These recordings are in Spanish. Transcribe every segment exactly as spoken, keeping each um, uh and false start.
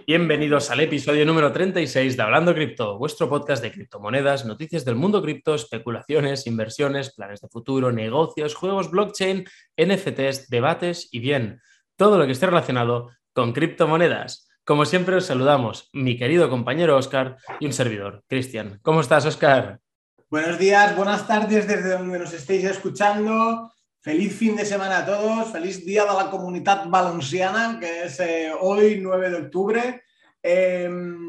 Bienvenidos al episodio número treinta y seis de Hablando Cripto, vuestro podcast de criptomonedas, noticias del mundo cripto, especulaciones, inversiones, planes de futuro, negocios, juegos, blockchain, N F Ts, debates y bien, todo lo que esté relacionado con criptomonedas. Como siempre os saludamos, mi querido compañero Óscar y un servidor, Cristian. ¿Cómo estás, Óscar? Buenos días, buenas tardes desde donde nos estéis escuchando. Feliz fin de semana a todos, feliz día de la Comunitat Valenciana, que es eh, hoy, nueve de octubre. Eh,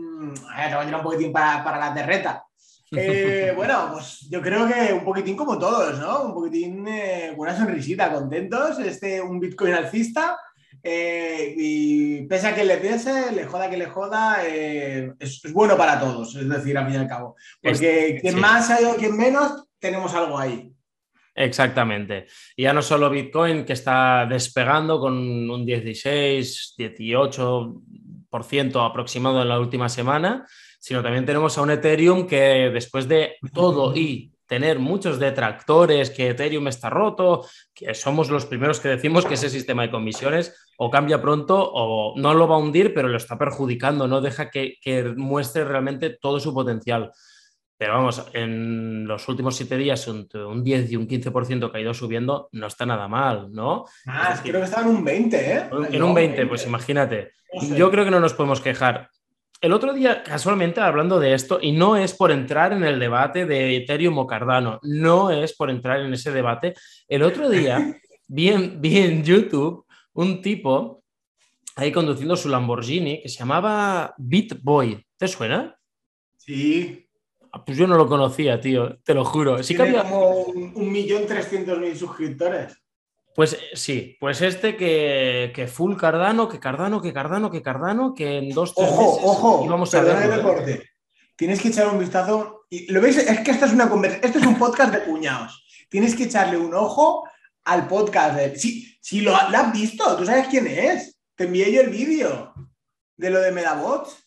a ver, un poquitín para, para la terreta. Eh, bueno, pues yo creo que un poquitín como todos, ¿no? Un poquitín eh, con una sonrisita, contentos. Este, un Bitcoin alcista. Eh, y pese a que le pese, le joda que le joda, eh, es, es bueno para todos, es decir, al fin y al cabo. Porque quien sí. más hay o quien menos, tenemos algo ahí. Exactamente. Y ya no solo Bitcoin, que está despegando con un dieciséis, dieciocho por ciento aproximado en la última semana, sino también tenemos a un Ethereum que después de todo y tener muchos detractores, que Ethereum está roto, que somos los primeros que decimos que ese sistema de comisiones o cambia pronto o no lo va a hundir, pero lo está perjudicando, no deja que, que muestre realmente todo su potencial. Pero vamos, en los últimos siete días entre un diez y un quince por ciento que ha ido subiendo, no está nada mal, ¿no? Ah, Es decir, creo que estaba en un veinte, ¿eh? en un veinte, pues imagínate. No sé. Yo creo que no nos podemos quejar. El otro día, casualmente, hablando de esto, y no es por entrar en el debate de Ethereum o Cardano, no es por entrar en ese debate. El otro día vi en, vi en YouTube un tipo ahí conduciendo su Lamborghini que se llamaba BitBoy. ¿Te suena? Sí. Pues yo no lo conocía, tío, te lo juro. Sí Tiene que había... como un millón trescientos mil suscriptores. Pues sí, pues este que, que full Cardano, que Cardano, que Cardano, que Cardano, que en dos, tres ojo, meses ojo, íbamos a perdona verlo. que te corte. ¿Eh? Tienes que echar un vistazo. Y, ¿lo veis? Es que esta es una conversación. Esto es un podcast de cuñados. Tienes que echarle un ojo al podcast. De... Si, si lo, lo has visto, tú sabes quién es. Te envié yo el vídeo de lo de Medabots.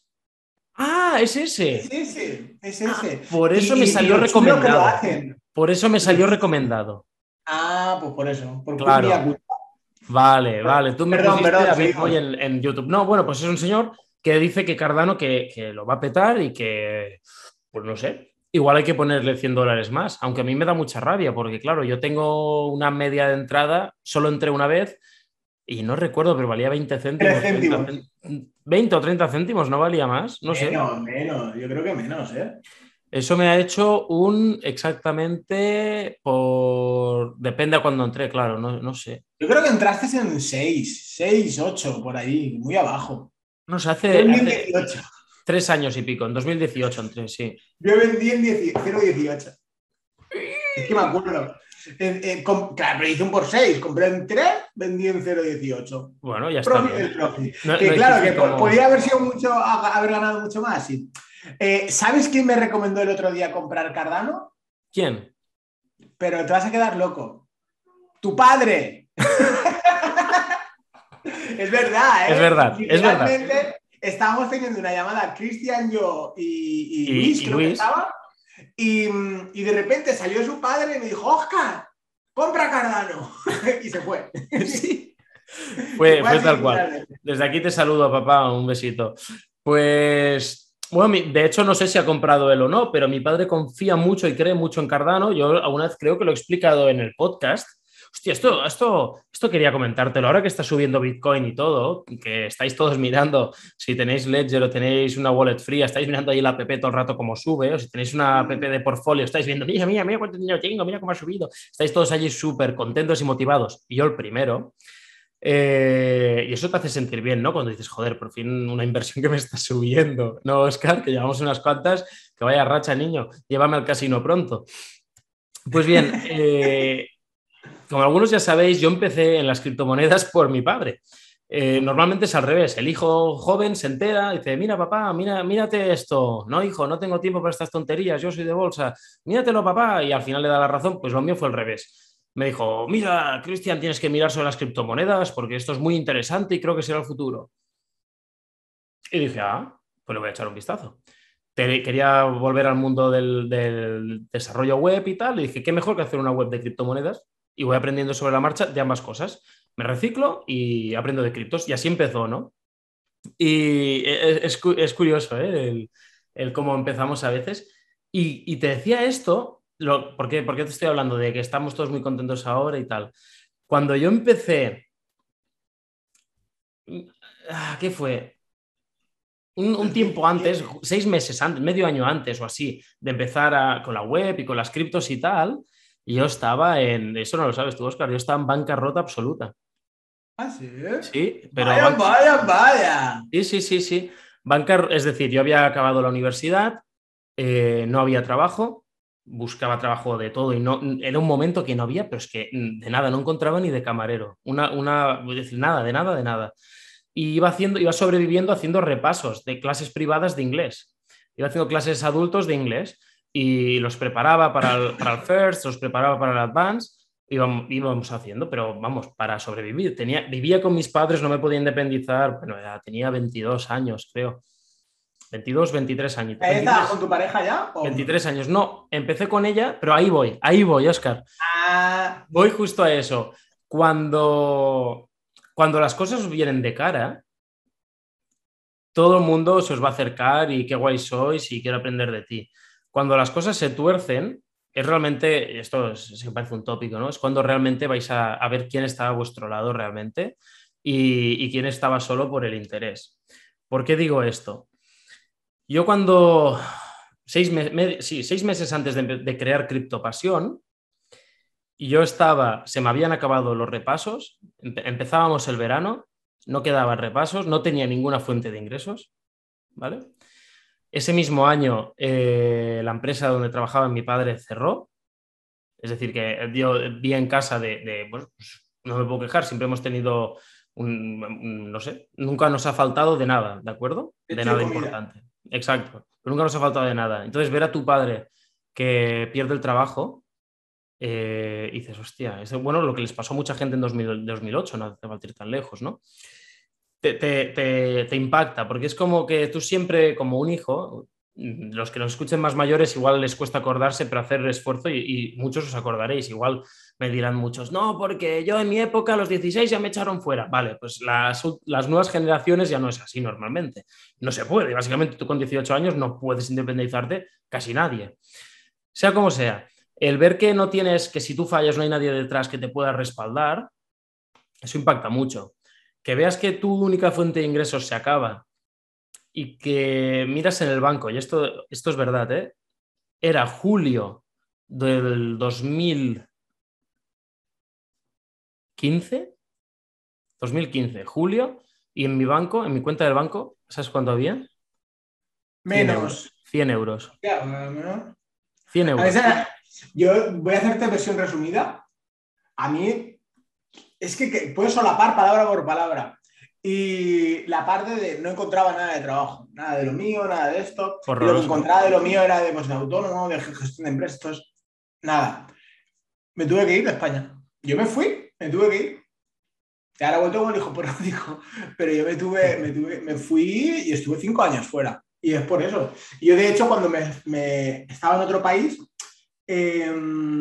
Ah, es ese. Es ese, es ese. Ah, por eso y, me salió y recomendado. Por eso me salió recomendado. Ah, pues por eso. Por claro. culpa. Vale, vale. Tú me perdón, pusiste perdón, a BitBoy en, en YouTube. No, bueno, pues es un señor que dice que Cardano que, que lo va a petar y que, pues no sé, igual hay que ponerle cien dólares más, aunque a mí me da mucha rabia porque, claro, yo tengo una media de entrada, solo entré una vez y no recuerdo, pero valía veinte céntimos. céntimos. veinte o treinta céntimos, no valía más, no menos, sé. Menos, menos, yo creo que menos, ¿eh? Eso me ha hecho un exactamente por... Depende a cuándo entré, claro, no, no sé. Yo creo que entraste en seis, seis, ocho, por ahí, muy abajo. No sé, hace, dos mil dieciocho. hace tres años y pico, en dos mil dieciocho entré, sí. Yo vendí en cero dieciocho. Es que me acuerdo. Eh, eh, com, claro, pero hice un por seis, compré en tres, vendí en cero dieciocho. Bueno, ya está. Bien. No, que no claro, que como... podría haber sido mucho, haber ganado mucho más, sí. Eh, ¿Sabes quién me recomendó el otro día comprar Cardano? ¿Quién? Pero te vas a quedar loco. ¡Tu padre! Es verdad, ¿eh? Es verdad, es verdad. Estábamos teniendo una llamada, Cristian, yo y, y Luis, y, creo y Luis. que estaba, y, y de repente salió su padre y me dijo, Óscar, compra Cardano. Y se fue. Sí. Fue, fue tal cual. Desde aquí te saludo, papá, un besito. Pues, bueno, de hecho no sé si ha comprado él o no, pero mi padre confía mucho y cree mucho en Cardano. Yo alguna vez creo que lo he explicado en el podcast. Hostia, esto, esto, esto quería comentártelo. Ahora que está subiendo Bitcoin y todo, que estáis todos mirando, si tenéis Ledger o tenéis una wallet fría, estáis mirando ahí la app todo el rato como sube, o si tenéis una app de portfolio, estáis viendo, mira, mira, mira cuánto dinero tengo, mira cómo ha subido. Estáis todos allí súper contentos y motivados. Y yo el primero. Eh, y eso te hace sentir bien, ¿no? Cuando dices, joder, por fin una inversión que me está subiendo. No, Óscar, que llevamos unas cuantas, que vaya racha, niño, llévame al casino pronto. Pues bien, eh, como algunos ya sabéis, yo empecé en las criptomonedas por mi padre. Eh, normalmente es al revés, el hijo joven se entera y dice, mira papá, mira, mírate esto. No, hijo, no tengo tiempo para estas tonterías, yo soy de bolsa, míratelo papá, y al final le da la razón. Pues lo mío fue al revés. Me dijo, mira, Cristian, tienes que mirar sobre las criptomonedas porque esto es muy interesante y creo que será el futuro. Y dije, ah, pues le voy a echar un vistazo. Quería volver al mundo del, del desarrollo web y tal, y dije, qué mejor que hacer una web de criptomonedas, y voy aprendiendo sobre la marcha de ambas cosas. Me reciclo y aprendo de criptos, y así empezó, ¿no? Y es, es curioso, ¿eh? el, el cómo empezamos a veces. Y, y te decía esto, lo, ¿por qué, ¿por qué te estoy hablando de que estamos todos muy contentos ahora y tal? Cuando yo empecé, ¿qué fue? Un, un tiempo antes, seis meses antes, medio año antes o así, de empezar a, con la web y con las criptos y tal, yo estaba en, eso no lo sabes tú, Óscar, yo estaba en bancarrota absoluta. ¿Ah, sí? Sí, pero... Vaya, ban- vaya, vaya. Sí, sí, sí, sí. Bancar, es decir, yo había acabado la universidad, eh, no había trabajo, buscaba trabajo de todo y no, era un momento que no había, pero es que de nada, no encontraba ni de camarero, una, una, es decir, nada, de nada, de nada. Y iba haciendo, iba sobreviviendo haciendo repasos de clases privadas de inglés. Iba haciendo clases adultos de inglés y los preparaba para el, para el First, los preparaba para el Advanced, íbamos, íbamos haciendo, pero vamos, para sobrevivir. Tenía, vivía con mis padres, no me podía independizar, bueno, ya tenía veintidós años, creo. veintidós, veintitrés años. ¿Estabas con veintitrés, tu pareja ya? ¿O no? veintitrés años. No, empecé con ella, pero ahí voy, ahí voy, Óscar. Ah, Voy justo a eso. Cuando, cuando las cosas os vienen de cara, todo el mundo se os va a acercar y qué guay sois y quiero aprender de ti. Cuando las cosas se tuercen, es realmente, esto es, se parece un tópico, ¿no? Es cuando realmente vais a, a ver quién está a vuestro lado realmente y, y quién estaba solo por el interés. ¿Por qué digo esto? Yo cuando, seis, me, me, sí, seis meses antes de, de crear CryptoPasión, yo estaba, se me habían acabado los repasos, empe, empezábamos el verano, no quedaban repasos, no tenía ninguna fuente de ingresos, ¿vale? Ese mismo año, eh, la empresa donde trabajaba mi padre cerró, es decir, que yo vi en casa de, de bueno, pues no me puedo quejar, siempre hemos tenido un, un, no sé, nunca nos ha faltado de nada, ¿de acuerdo? De hecho de nada comida. importante. Exacto, pero nunca nos ha faltado de nada. Entonces, ver a tu padre que pierde el trabajo, eh, y dices, hostia, es bueno lo que les pasó a mucha gente en dos mil, dos mil ocho, no hace falta ir tan lejos, ¿no? Te, te, te, te impacta, porque es como que tú siempre, como un hijo, los que nos escuchen más mayores igual les cuesta acordarse, pero hacer el esfuerzo y, y muchos os acordaréis. Igual me dirán muchos, no, porque yo en mi época a los dieciséis ya me echaron fuera. Vale, pues las, las nuevas generaciones ya no es así normalmente. No se puede. Básicamente tú con dieciocho años no puedes independizarte casi nadie. Sea como sea, el ver que no tienes, que si tú fallas no hay nadie detrás que te pueda respaldar, eso impacta mucho. Que veas que tu única fuente de ingresos se acaba y que miras en el banco, y esto, esto es verdad, ¿eh? Era julio del dos mil quince, dos mil quince, julio, y en mi banco, en mi cuenta del banco, ¿sabes cuánto había? cien euros. Menos. cien euros. Ya, ¿no? cien A euros. veces, yo voy a hacerte versión resumida. A mí es que, que puedo solapar palabra por palabra. Y la parte de no encontraba nada de trabajo, nada de lo mío, nada de esto. Y lo que Horroroso, ¿no? encontraba de lo mío era de, pues, de autónomo, de gestión de empresas, entonces, nada. Me tuve que ir de España. Yo me fui, me tuve que ir. Y ahora he vuelto como el hijo pródigo. Pero yo me tuve, me tuve, me fui y estuve cinco años fuera. Y es por eso. Y yo, de hecho, cuando me, me estaba en otro país, eh,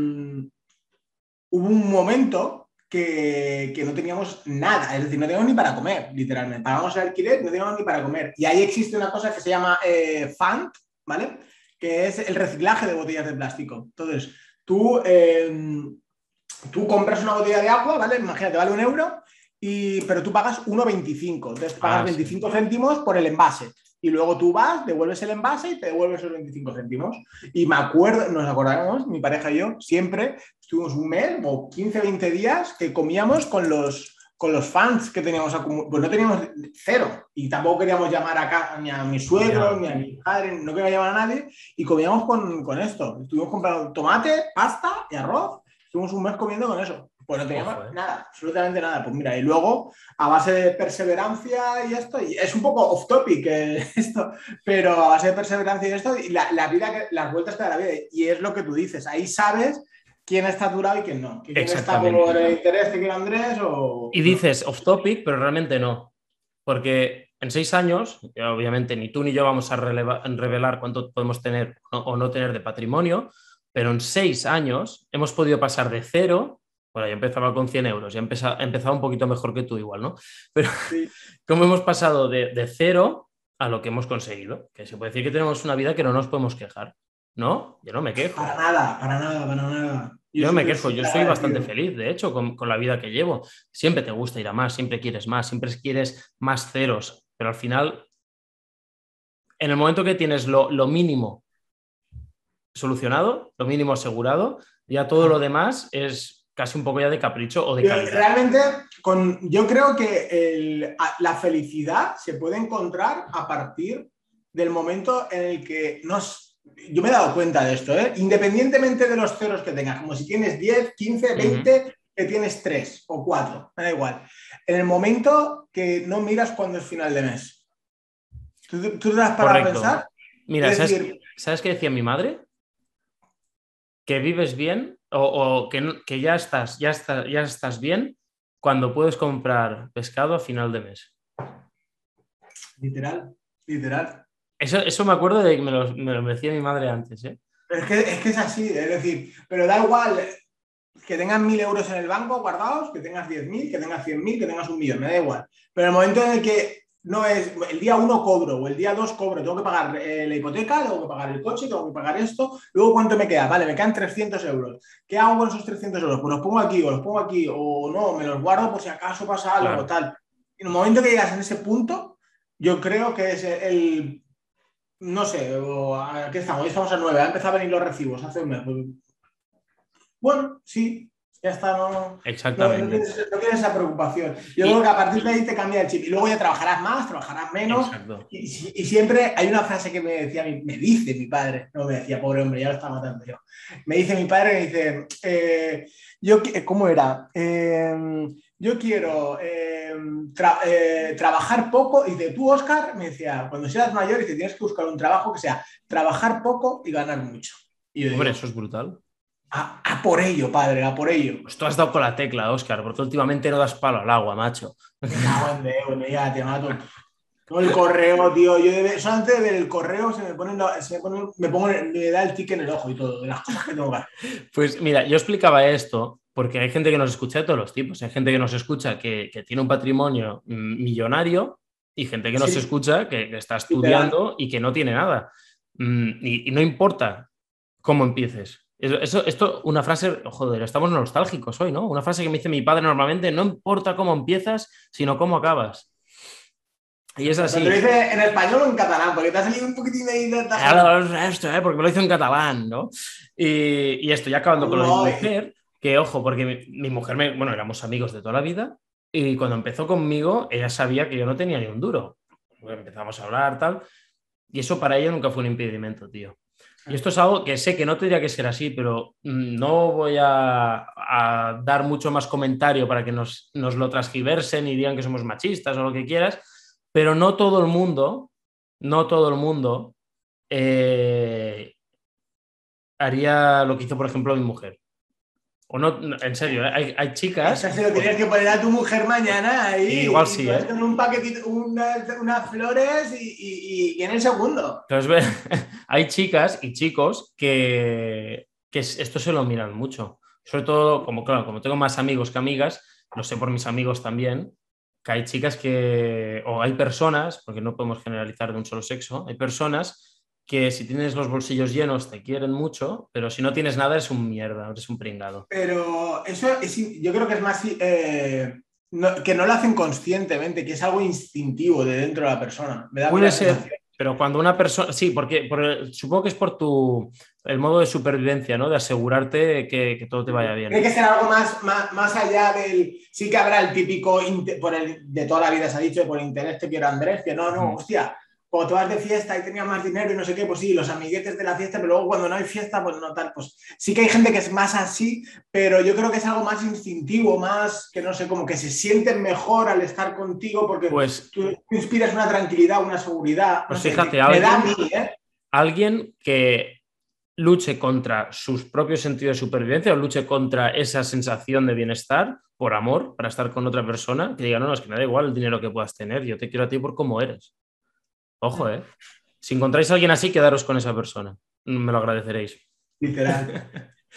hubo un momento que, que no teníamos nada, es decir, no teníamos ni para comer, literalmente. Pagábamos el alquiler, no teníamos ni para comer. Y ahí existe una cosa que se llama eh, F A N T, ¿vale? Que es el reciclaje de botellas de plástico. Entonces, tú, eh, tú compras una botella de agua, ¿vale? Imagínate, vale un euro, y, pero tú pagas uno veinticinco. Entonces, pagas Ah, sí. veinticinco céntimos por el envase. Y luego tú vas, devuelves el envase y te devuelves esos veinticinco céntimos. Y me acuerdo, nos acordaremos, mi pareja y yo, siempre estuvimos un mes o quince, veinte días que comíamos con los, con los fans que teníamos acumulados. Pues no teníamos cero. Y tampoco queríamos llamar acá ni a mi suegro, Ya. ni a mi padre, no queríamos llamar a nadie. Y comíamos con, con esto. Estuvimos comprando tomate, pasta y arroz. Estuvimos un mes comiendo con eso. Pues no teníamos Ojo, ¿eh? nada, absolutamente nada. Pues mira, y luego, a base de perseverancia y esto, y es un poco off topic eh, esto, pero a base de perseverancia y esto, y la, la vida, que, las vueltas que da la vida, y es lo que tú dices, ahí sabes quién está a tu lado y quién no, quién está por Exactamente. el interés que quiere Andrés o Y no. dices off topic, pero realmente no. Porque en seis años, obviamente ni tú ni yo vamos a releva, revelar cuánto podemos tener o no, o no tener de patrimonio, pero en seis años hemos podido pasar de cero, Bueno, yo empezaba con cien euros, ya empezaba, empezaba un poquito mejor que tú igual, ¿no? Pero Sí. ¿cómo hemos pasado de, de cero a lo que hemos conseguido? Que se puede decir que tenemos una vida que no nos podemos quejar, ¿no? Yo no me Para quejo. nada, para nada, para nada. Yo Yo no me súper, quejo, yo súper soy bastante agradecido. feliz, de hecho, con, con la vida que llevo. Siempre te gusta ir a más, siempre quieres más, siempre quieres más ceros, pero al final, en el momento que tienes lo, lo mínimo solucionado, lo mínimo asegurado, ya todo lo demás es casi un poco ya de capricho o de Yo, calidad. realmente, con, yo creo que el, a- la felicidad se puede encontrar a partir del momento en el que nos... Yo me he dado cuenta de esto, ¿eh? Independientemente de los ceros que tengas, como si tienes diez, quince, Ujú. veinte, que tienes tres o cuatro, me da igual. En el momento que no miras cuando es final de mes. ¿Tú, tú te has parado a Correcto. pensar? Mira, Es ¿sabes, decir, ¿sabes qué decía mi madre? Que vives bien o, o que, no- que ya estás, ya estás, ya estás bien cuando puedes comprar pescado a final de mes. literal, literal. Eso, eso me acuerdo de que me lo, me lo decía mi madre antes, ¿eh? Es que, es que es así, es decir, pero da igual que tengas mil euros en el banco guardados, que tengas diez mil, que tengas cien mil, que tengas un millón, me da igual. Pero el momento en el que no es el día uno cobro o el día dos cobro, tengo que pagar eh, la hipoteca, tengo que pagar el coche, tengo que pagar esto, luego ¿cuánto me queda? Vale, me quedan trescientos euros. ¿Qué hago con esos trescientos euros? Pues los pongo aquí o los pongo aquí o no, me los guardo por si acaso pasa algo, Claro. tal. En el momento que llegas en ese punto, yo creo que es el, no sé, o, ¿qué estamos? Hoy estamos a nueve, ha empezado a venir los recibos hace un mes. Pues, bueno, sí, ya está, no, no, no, Exactamente. tienes, no tienes esa preocupación. Yo creo que Y, a partir de ahí te cambia el chip y luego ya trabajarás más, trabajarás menos exacto. y, y siempre hay una frase que me decía, me dice mi padre, no me decía, pobre hombre, ya lo está matando yo. Me dice mi padre, me dice, eh, yo, ¿cómo era? Eh, yo quiero eh, tra eh, trabajar poco y de tú, Oscar, me decía, cuando seas mayor y te tienes que buscar un trabajo que sea trabajar poco y ganar mucho. Y yo Hombre, eso digo, es brutal. a, a por ello, padre, a por ello. Pues tú has dado con la tecla, Óscar, porque últimamente no das palo al agua, macho. Me cago en Dios, ya te mato. No, el correo, tío. Yo de, solamente de ver el correo se me pone, la- se me, pone me pongo, me da el tic en el ojo y todo, de las cosas que tengo que hacer. Pues mira, yo explicaba esto porque hay gente que nos escucha de todos los tipos. Hay gente que nos escucha que, que tiene un patrimonio mm, millonario y gente que nos Sí, escucha que, que está literal. estudiando y que no tiene nada. Mm, y, y no importa cómo empieces. Eso, eso- esto, una frase, joder, estamos nostálgicos hoy, ¿no? Una frase que me dice mi padre normalmente, no importa cómo empiezas, sino cómo acabas. Y es Pero te lo así. dice en español o en catalán, porque te ha salido un poquitín ahí de tajante. Esto, ¿eh? Porque me lo hizo en catalán, ¿no? Y, y esto, ya acabando con lo de mi No, mujer, que ojo, porque mi, mi mujer, me, bueno, éramos amigos de toda la vida, y cuando empezó conmigo, ella sabía que yo no tenía ni un duro. Bueno, empezamos a hablar, tal, y eso para ella nunca fue un impedimento, tío. Y esto es algo que sé que no tendría que ser así, pero mm, no voy a, a dar mucho más comentario para que nos, nos lo transgiversen y digan que somos machistas o lo que quieras, pero no todo el mundo, no todo el mundo eh, haría lo que hizo, por ejemplo, mi mujer. O no, no, en serio, ¿eh? hay, hay esta chicas, se lo tienes que poner a tu mujer mañana ahí igual y sí, tú vas ¿eh? con un paquetito, unas, unas flores y, y, y en el segundo. Entonces, hay chicas y chicos que, que esto se lo miran mucho. Sobre todo, como, claro, como tengo más amigos que amigas, lo sé por mis amigos también, que hay chicas que, o hay personas, porque no podemos generalizar de un solo sexo, hay personas que si tienes los bolsillos llenos te quieren mucho, pero si no tienes nada eres un mierda, eres un pringado. Pero eso es, yo creo que es más eh, no, que no lo hacen conscientemente, que es algo instintivo de dentro de la persona. Me da a mí Puede la ser, sensación. pero cuando una persona, sí, porque por el- supongo que es por tu, el modo de supervivencia, ¿no? De asegurarte que, que todo te vaya Tiene bien. que ser algo más, más, más allá del. Sí que habrá el típico, por el, de toda la vida se ha dicho, por interés te quiero Andrés, que no, no, Ujú. hostia, cuando te vas de fiesta y tenías más dinero y no sé qué, pues sí, los amiguetes de la fiesta, pero luego cuando no hay fiesta, pues no tal. Pues sí que hay gente que es más así, pero yo creo que es algo más instintivo, más que no sé, como que se sienten mejor al estar contigo porque Pues, tú inspiras una tranquilidad, una seguridad, no pues sé, fíjate, que me da a mí, alguien, ¿eh? alguien que luche contra sus propios sentidos de supervivencia o luche contra esa sensación de bienestar por amor, para estar con otra persona, que diga, no, no, es que me da igual el dinero que puedas tener, yo te quiero a ti por cómo eres. Ojo, ¿eh? Si encontráis a alguien así, quedaros con esa persona. Me lo agradeceréis. Literal.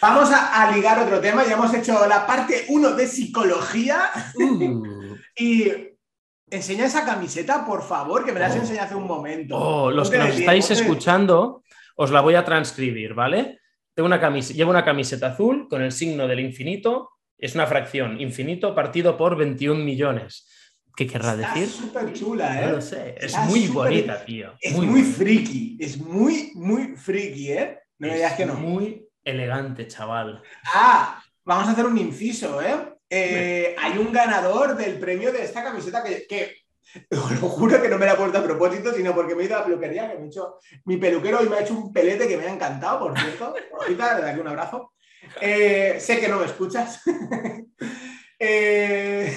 Vamos a, a ligar otro tema. Ya hemos hecho la parte uno de psicología. Uh. Y enseña esa camiseta, por favor, que me la has Oh. enseñado hace un momento. Oh, los que nos bien, estáis ponte... escuchando, os la voy a transcribir, ¿vale? Tengo una camiseta, llevo una camiseta azul con el signo del infinito. Es una fracción, infinito partido por veintiún millones. ¿Qué querrá Está decir? súper chula, ¿eh? No lo sé. Es Está muy super... bonita, tío. Es muy, muy bonita. friki. Es muy, muy friki, ¿eh? No me digas que no. Muy elegante, chaval. Ah, vamos a hacer un inciso, ¿eh? eh hay un ganador del premio de esta camiseta que, que os lo juro que no me la he puesto a propósito, sino porque me he ido a la peluquería, que me he hecho mi peluquero y me ha hecho un pelete que me ha encantado, por cierto. Ahorita, le doy un abrazo. Eh, sé que no me escuchas. eh...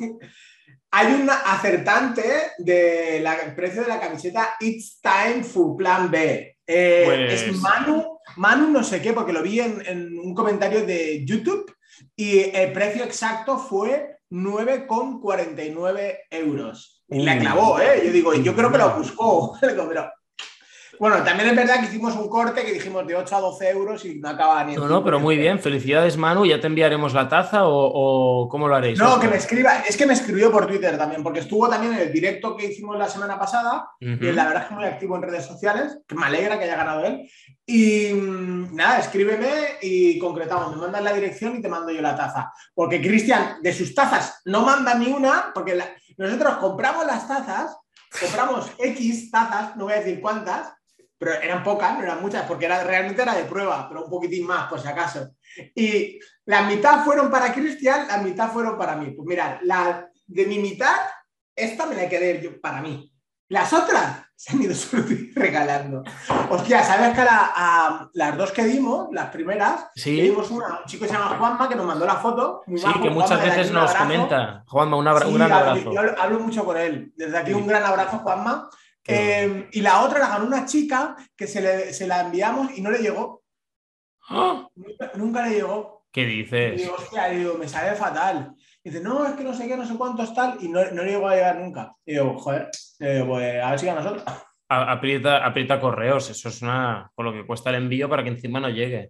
Hay un acertante del precio de la camiseta It's Time for Plan B. Eh, pues... Es Manu, Manu no sé qué, porque lo vi en, en un comentario de YouTube y el precio exacto fue nueve con cuarenta y nueve euros. Y la clavó, ¿eh? Yo digo, yo creo que lo buscó. Pero... Bueno, también es verdad que hicimos un corte que dijimos de ocho a doce euros y no acaba ni... No, no, pero muy bien. Felicidades, Manu. ¿Ya te enviaremos la taza o, o cómo lo haréis? No, Oscar? Que me escriba. Es que me escribió por Twitter también, porque estuvo también en el directo que hicimos la semana pasada. Uh-huh. Y la verdad es que muy activo en redes sociales, que me alegra que haya ganado él. Y nada, escríbeme y concretamos. Me mandas la dirección y te mando yo la taza. Porque Cristian, de sus tazas, no manda ni una, porque la... nosotros compramos las tazas, compramos X tazas, no voy a decir cuántas, pero eran pocas, no eran muchas, porque era, realmente era de prueba, pero un poquitín más, por si acaso. Y la mitad fueron para Cristian, la mitad fueron para mí. Pues mirad, la de mi mitad, esta me la quedé yo para mí. Las otras se han ido solo regalando. Hostia, ¿sabes que a, la, a las dos que dimos, las primeras, sí. dimos una, un chico que se llama Juanma que nos mandó la foto? Muy sí, bajo, que muchas Juanma, veces nos comenta. Juanma, un, abra sí, un gran abrazo. Yo hablo, hablo mucho con él. Desde aquí sí. Un gran abrazo, Juanma. Eh, y la otra la ganó una chica que se, le, se la enviamos y no le llegó. ¿Ah? Nunca, nunca le llegó. ¿Qué dices? Y digo, hostia, digo, me sale fatal. Y dice, no, es que no sé qué, no sé cuántos tal. Y no, no le llegó a llegar nunca. Y digo, joder, eh, pues a ver si ganas otra. Aprieta, aprieta correos, eso es una. Con lo que cuesta el envío para que encima no llegue.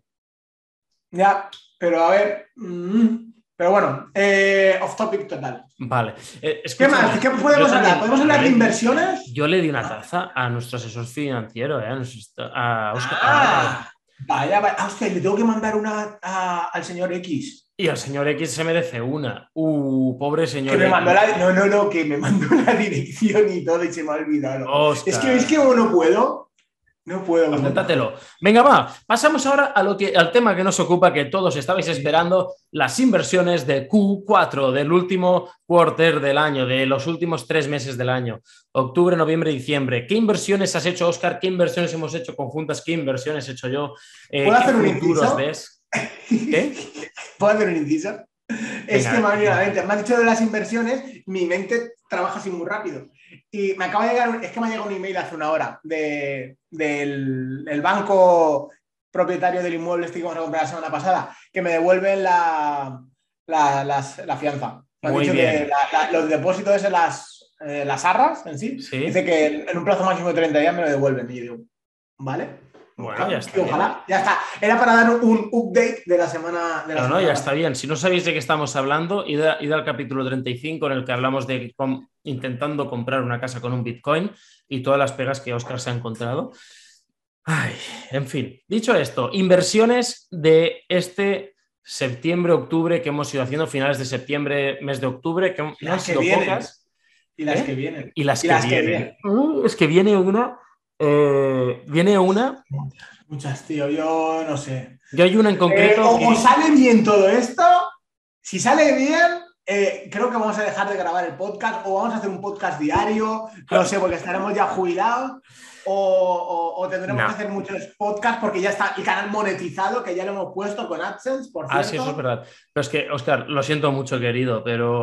Ya, pero a ver. Mmm, pero bueno, eh, off topic total. Vale. Eh, ¿Qué más? ¿Qué podemos hablar? También, ¿Podemos hablar de inversiones? Yo le di una taza a nuestro asesor financiero, ¿eh? A Oscar. Ah, vaya, vaya. Ah, hostia, le tengo que mandar una a, al señor X. Y al señor X se merece una. Uh, pobre señor que me X. Mandó la, no, no, no, que me mandó la dirección y todo y se me ha olvidado. Oscar. Es que es que no puedo. No puedo. Apúntatelo. Venga, va. Pasamos ahora a lo que, al tema que nos ocupa, que todos estabais esperando, las inversiones de Q cuatro, del último quarter del año, de los últimos tres meses del año. Octubre, noviembre, diciembre. ¿Qué inversiones has hecho, Oscar? ¿Qué inversiones hemos hecho conjuntas? ¿Qué inversiones he hecho yo? Eh, ¿Puedo hacer un inciso? ¿Ves? ¿Qué? ¿Puedo hacer un inciso? Es que me ha, me ha dicho de las inversiones, mi mente trabaja así muy rápido. Y me acaba de llegar, es que me ha llegado un email hace una hora de, del, del banco propietario del inmueble este que vamos a comprar la semana pasada, que me devuelven la, la, las, la fianza. Me han muy dicho bien. que la, la, los depósitos en las, eh, las arras en sí, sí, dice que en un plazo máximo de treinta días me lo devuelven. Y yo digo, ¿vale? Bueno, ya está. Ojalá, ya está. Era para dar un update de la semana. De la no, semana no, ya está bien. Si no sabéis de qué estamos hablando, id, a, id al capítulo treinta y cinco en el que hablamos de com, intentando comprar una casa con un Bitcoin y todas las pegas que Oscar se ha encontrado. Ay, en fin, dicho esto, inversiones de este septiembre, octubre que hemos ido haciendo, finales de septiembre, mes de octubre, que no han sido pocas. Y las ¿Eh? que vienen. Y las, y que, las vienen. que vienen. Uh, es que viene una. Eh, viene una. Muchas, tío, yo no sé. Yo hay una en concreto. Eh, o, que... o sale bien todo esto, si sale bien, eh, creo que vamos a dejar de grabar el podcast o vamos a hacer un podcast diario, no sé, porque estaremos ya jubilados. O, o, o tendremos no. que hacer muchos podcasts porque ya está el canal monetizado, que ya lo hemos puesto con AdSense, por cierto. Ah, sí, eso es verdad. Pero es que, Oscar, lo siento mucho, querido,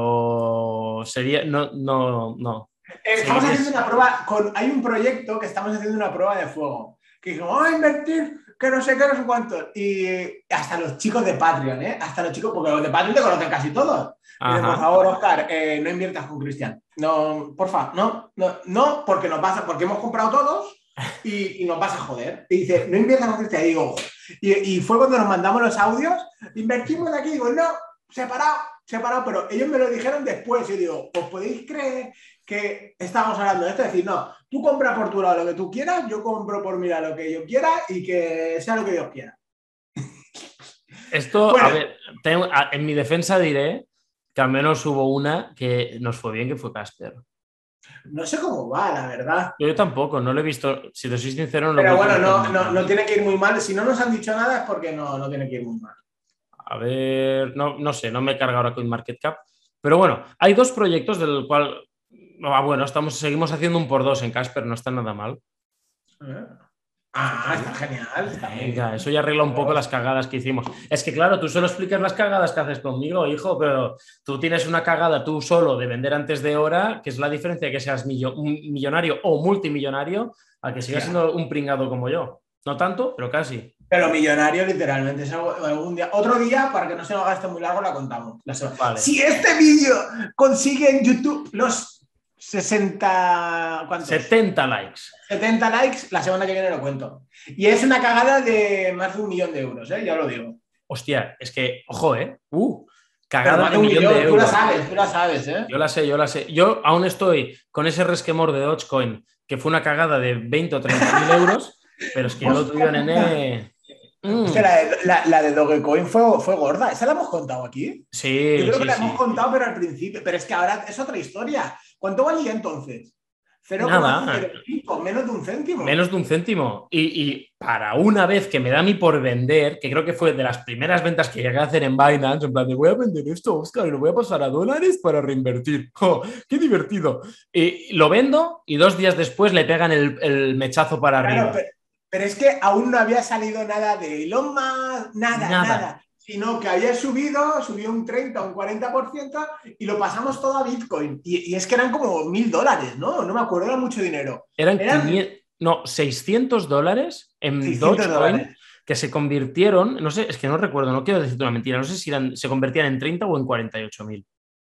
pero sería. No, no, no. Eh, estamos haciendo una prueba. Con... Hay un proyecto que estamos haciendo una prueba de fuego. Que dijimos, vamos a invertir, que no sé qué, no sé cuánto. Y hasta los chicos de Patreon, ¿eh? Hasta los chicos, porque los de Patreon te conocen casi todos. Dicen, por favor, Oscar, eh, no inviertas con Cristian. No, porfa, no, no, no, porque nos vas a, porque hemos comprado todos y, y nos vas a joder. Y dice, no inviertas con Cristian. Y digo, Y, y fue cuando nos mandamos los audios, invertimos de aquí, digo, no, separado, separado, pero ellos me lo dijeron después. Y digo, ¿os podéis creer que estábamos hablando de esto? Es decir, no, tú compra por tu lado lo que tú quieras, yo compro por mi lado lo que yo quiera y que sea lo que Dios quiera. Esto, bueno, a ver, tengo, a, en mi defensa diré que al menos hubo una que nos fue bien, que fue Casper. No sé cómo va, la verdad. Yo tampoco, no lo he visto, si te soy sincero, no lo Pero he bueno, no, no, no tiene que ir muy mal. Si no nos han dicho nada es porque no, no tiene que ir muy mal. A ver, no, no sé, no me carga ahora CoinMarketCap. Pero bueno, hay dos proyectos del cual, ah, bueno, estamos, seguimos haciendo un por dos en Casper, no está nada mal. Ah, está genial. Está Venga, eso ya arregla un poco las cagadas que hicimos. Es que claro, tú solo explicas las cagadas que haces conmigo, hijo, pero tú tienes una cagada tú solo de vender antes de hora, que es la diferencia de que seas millonario o multimillonario, a que sigas siendo un pringado como yo. No tanto, pero casi. Pero millonario, literalmente. Es algo, algún día. Otro día, para que no se nos gaste muy largo, la contamos. La vale. Si este vídeo consigue en YouTube los sesenta... ¿cuántos? setenta likes. setenta likes, la semana que viene lo cuento. Y es una cagada de más de un millón de euros, ¿eh? Ya lo digo. Hostia, es que, ojo, ¿eh? Uh, cagada más de un millón, millón de euros. Tú la sabes, tú la sabes, ¿eh? Yo la sé, yo la sé. Yo aún estoy con ese resquemor de Dogecoin, que fue una cagada de veinte o treinta mil euros, pero es que ya lo tuyo, nene... Mm. Hostia, la, de, la, la de Dogecoin fue, fue gorda. ¿Esa la hemos contado aquí? Sí. Yo creo sí, que la sí. hemos contado, pero al principio. Pero es que ahora es otra historia. ¿Cuánto valía entonces? cero coma cinco, menos de un céntimo. Menos de un céntimo. Y, y para una vez que me da a mí por vender, que creo que fue de las primeras ventas que llegué a hacer en Binance, en plan de voy a vender esto, Oscar, y lo voy a pasar a dólares para reinvertir. ¡Oh, qué divertido! Y lo vendo y dos días después le pegan el, el mechazo para claro, arriba. Pero, pero es que aún no había salido nada de Elon Musk, nada, nada, nada. Sino que había subido, subió un treinta o un cuarenta por ciento y lo pasamos todo a Bitcoin. Y, y es que eran como mil dólares, ¿no? No me acuerdo, era mucho dinero. Eran, eran... quinientos, no, seiscientos dólares en Dogecoin que se convirtieron, no sé, es que no recuerdo, no quiero decirte una mentira, no sé si eran, se convertían en treinta o en cuarenta y ocho mil.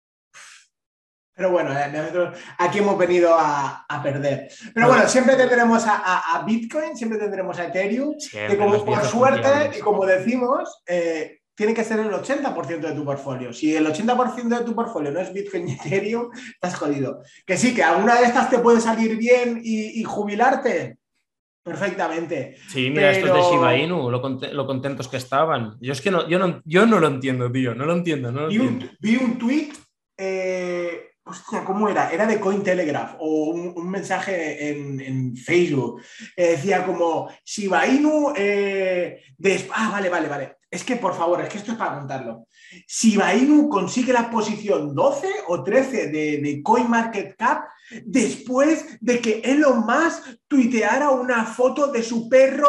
Pero bueno, nosotros aquí hemos venido a, a perder. Pero bueno, siempre tendremos a, a, a Bitcoin, siempre tendremos a Ethereum, siempre, que como por suerte, y como decimos, eh, tiene que ser el ochenta por ciento de tu portfolio. Si el ochenta por ciento de tu portfolio no es Bitcoin y Ethereum, estás jodido. Que sí, que alguna de estas te puede salir bien y, y jubilarte. Perfectamente. Sí, mira, pero... estos de Shiba Inu, lo, cont lo contentos que estaban. Yo es que no, yo no, yo no lo entiendo, tío, no lo entiendo. No lo vi, entiendo. Un, vi un tweet... Eh... Hostia, ¿cómo era? Era de Cointelegraph o un, un mensaje en, en Facebook. Eh, decía como, Shiba Inu... Eh, de... Ah, vale, vale, vale. Es que, por favor, es que esto es para contarlo. Shiba Inu consigue la posición doce o trece de, de CoinMarketCap después de que Elon Musk tuiteara una foto de su perro.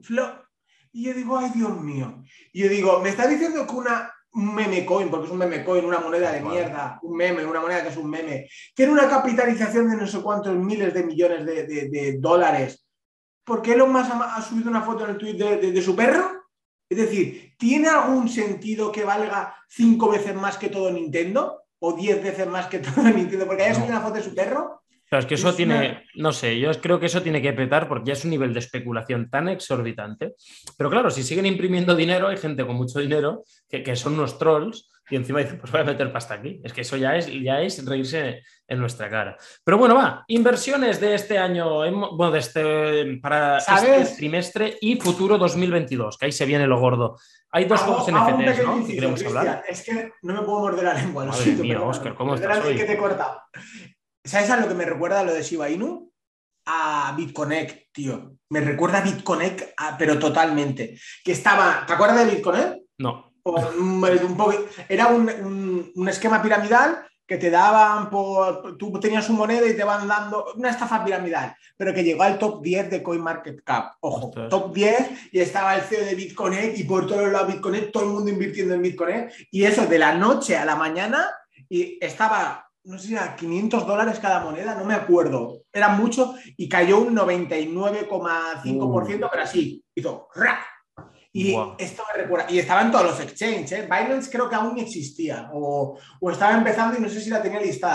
Y yo digo, ay, Dios mío. Y yo digo, me está diciendo que una... un meme coin, porque es un meme coin, una moneda de mierda, un meme, una moneda que es un meme, tiene una capitalización de no sé cuántos miles de millones de, de, de dólares. ¿Por qué Elon Musk ha, ha subido una foto en el tweet de, de, de su perro? Es decir, ¿tiene algún sentido que valga cinco veces más que todo Nintendo? ¿O diez veces más que todo Nintendo? Porque haya subido no. una foto de su perro. Pero es que eso es tiene, una... no sé, yo creo que eso tiene que petar porque ya es un nivel de especulación tan exorbitante. Pero claro, si siguen imprimiendo dinero, hay gente con mucho dinero que, que son unos trolls y encima dicen, pues voy a meter pasta aquí. Es que eso ya es, ya es reírse en nuestra cara. Pero bueno, va, inversiones de este año, bueno, de este, para ¿sabes? Este trimestre y futuro dos mil veintidós, que ahí se viene lo gordo. Hay dos juegos N F Ts, ¿no? Que queremos hablar. Es que no me puedo morder la lengua. Madre siento, mía, Oscar, ¿cómo estás hoy? Que te he cortado. ¿Sabes a lo que me recuerda lo de Shiba Inu? A BitConnect, tío. Me recuerda a BitConnect, a, pero totalmente. Que estaba... ¿Te acuerdas de BitConnect? No. O, un, un poco, era un, un, un esquema piramidal que te daban por... Tú tenías un moneda y te van dando... Una estafa piramidal, pero que llegó al top diez de CoinMarketCap. Ojo, Ostras. top diez y estaba el C E O de BitConnect y por todos lados BitConnect, todo el mundo invirtiendo en BitConnect. Y eso de la noche a la mañana y estaba... no sé si era quinientos dólares cada moneda, no me acuerdo, era mucho y cayó un noventa y nueve coma cinco por ciento, uh. pero así, hizo ¡ra! Y wow. esto me recuerda, y estaba en todos los exchanges, ¿eh? Binance creo que aún ni existía, o, o estaba empezando y no sé si la tenía listada,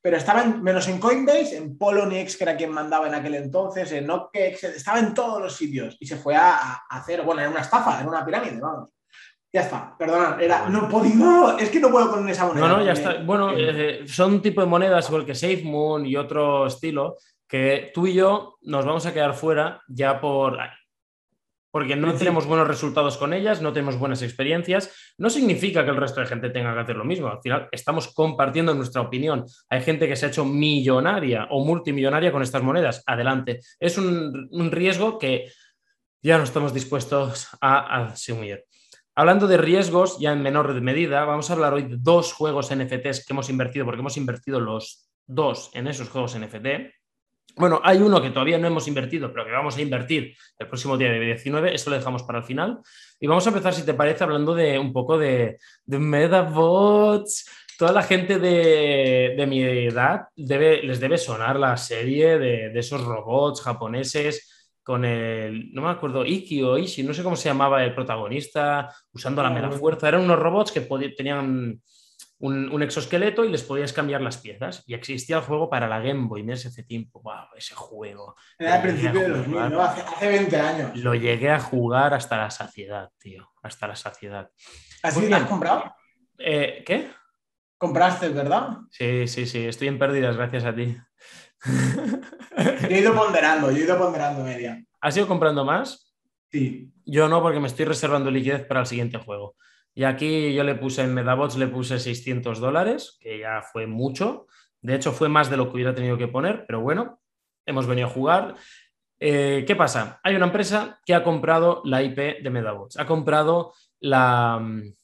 pero estaba en, menos en Coinbase, en Poloniex, que era quien mandaba en aquel entonces, en OKEx, estaba en todos los sitios y se fue a, a hacer, bueno, era una estafa, era una pirámide, vamos. Ya está, perdona, era, no he podido, es que no puedo con esa moneda. No, no, ya está. Bueno, eh, son un tipo de monedas igual que SafeMoon y otro estilo que tú y yo nos vamos a quedar fuera ya por... porque no tenemos buenos resultados con ellas, no tenemos buenas experiencias. No significa que el resto de gente tenga que hacer lo mismo. Al final estamos compartiendo nuestra opinión. Hay gente que se ha hecho millonaria o multimillonaria con estas monedas. Adelante. Es un, un riesgo que ya no estamos dispuestos a, a asumir. Hablando de riesgos, ya en menor medida, vamos a hablar hoy de dos juegos N F Ts que hemos invertido, porque hemos invertido los dos en esos juegos N F T. Bueno, hay uno que todavía no hemos invertido, pero que vamos a invertir el próximo día de diecinueve, eso lo dejamos para el final. Y vamos a empezar, si te parece, hablando de un poco de, de MetaBots. Toda la gente de, de mi edad debe, les debe sonar la serie de, de esos robots japoneses con el, no me acuerdo, Iki o Ishi, no sé cómo se llamaba el protagonista, usando la mera fuerza. Eran unos robots que podían, tenían un, un exoesqueleto y les podías cambiar las piezas. Y existía el juego para la Game Boy, mira ese tiempo. Wow, ese juego. Era al principio de los mil, ¿no? Hace, hace veinte años. Lo llegué a jugar hasta la saciedad, tío. Hasta la saciedad. ¿Así te has comprado? Eh, ¿Qué? ¿Compraste, verdad? Sí, sí, sí. Estoy en pérdidas gracias a ti. Yo he ido ponderando, yo he ido ponderando media. ¿Has ido comprando más? Sí. Yo no, porque me estoy reservando liquidez para el siguiente juego. Y aquí yo le puse en MetaBots, le puse seiscientos dólares, que ya fue mucho. De hecho, fue más de lo que hubiera tenido que poner, pero bueno, hemos venido a jugar. Eh, ¿Qué pasa? Hay una empresa que ha comprado la I P de MetaBots. Ha comprado la...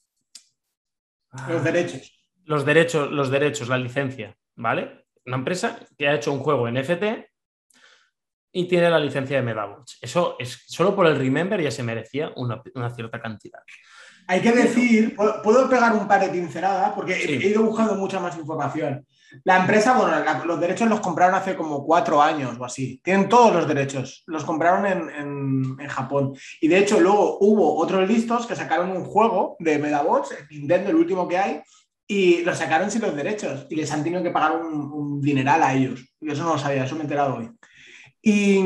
Los derechos. Los derechos, los derechos, la licencia, ¿vale? Una empresa que ha hecho un juego N F T y tiene la licencia de MetaBots. Eso es, solo por el Remember ya se merecía una, una cierta cantidad. Hay que decir, puedo pegar un par de pinceladas porque sí. He ido buscando mucha más información. La empresa, bueno, la, los derechos los compraron hace como cuatro años o así. Tienen todos los derechos. Los compraron en, en, en Japón. Y de hecho luego hubo otros listos que sacaron un juego de MetaBots, Nintendo, el último que hay, y lo sacaron sin los derechos. Y les han tenido que pagar un, un dineral a ellos. Y eso no lo sabía, eso me he enterado hoy. Y...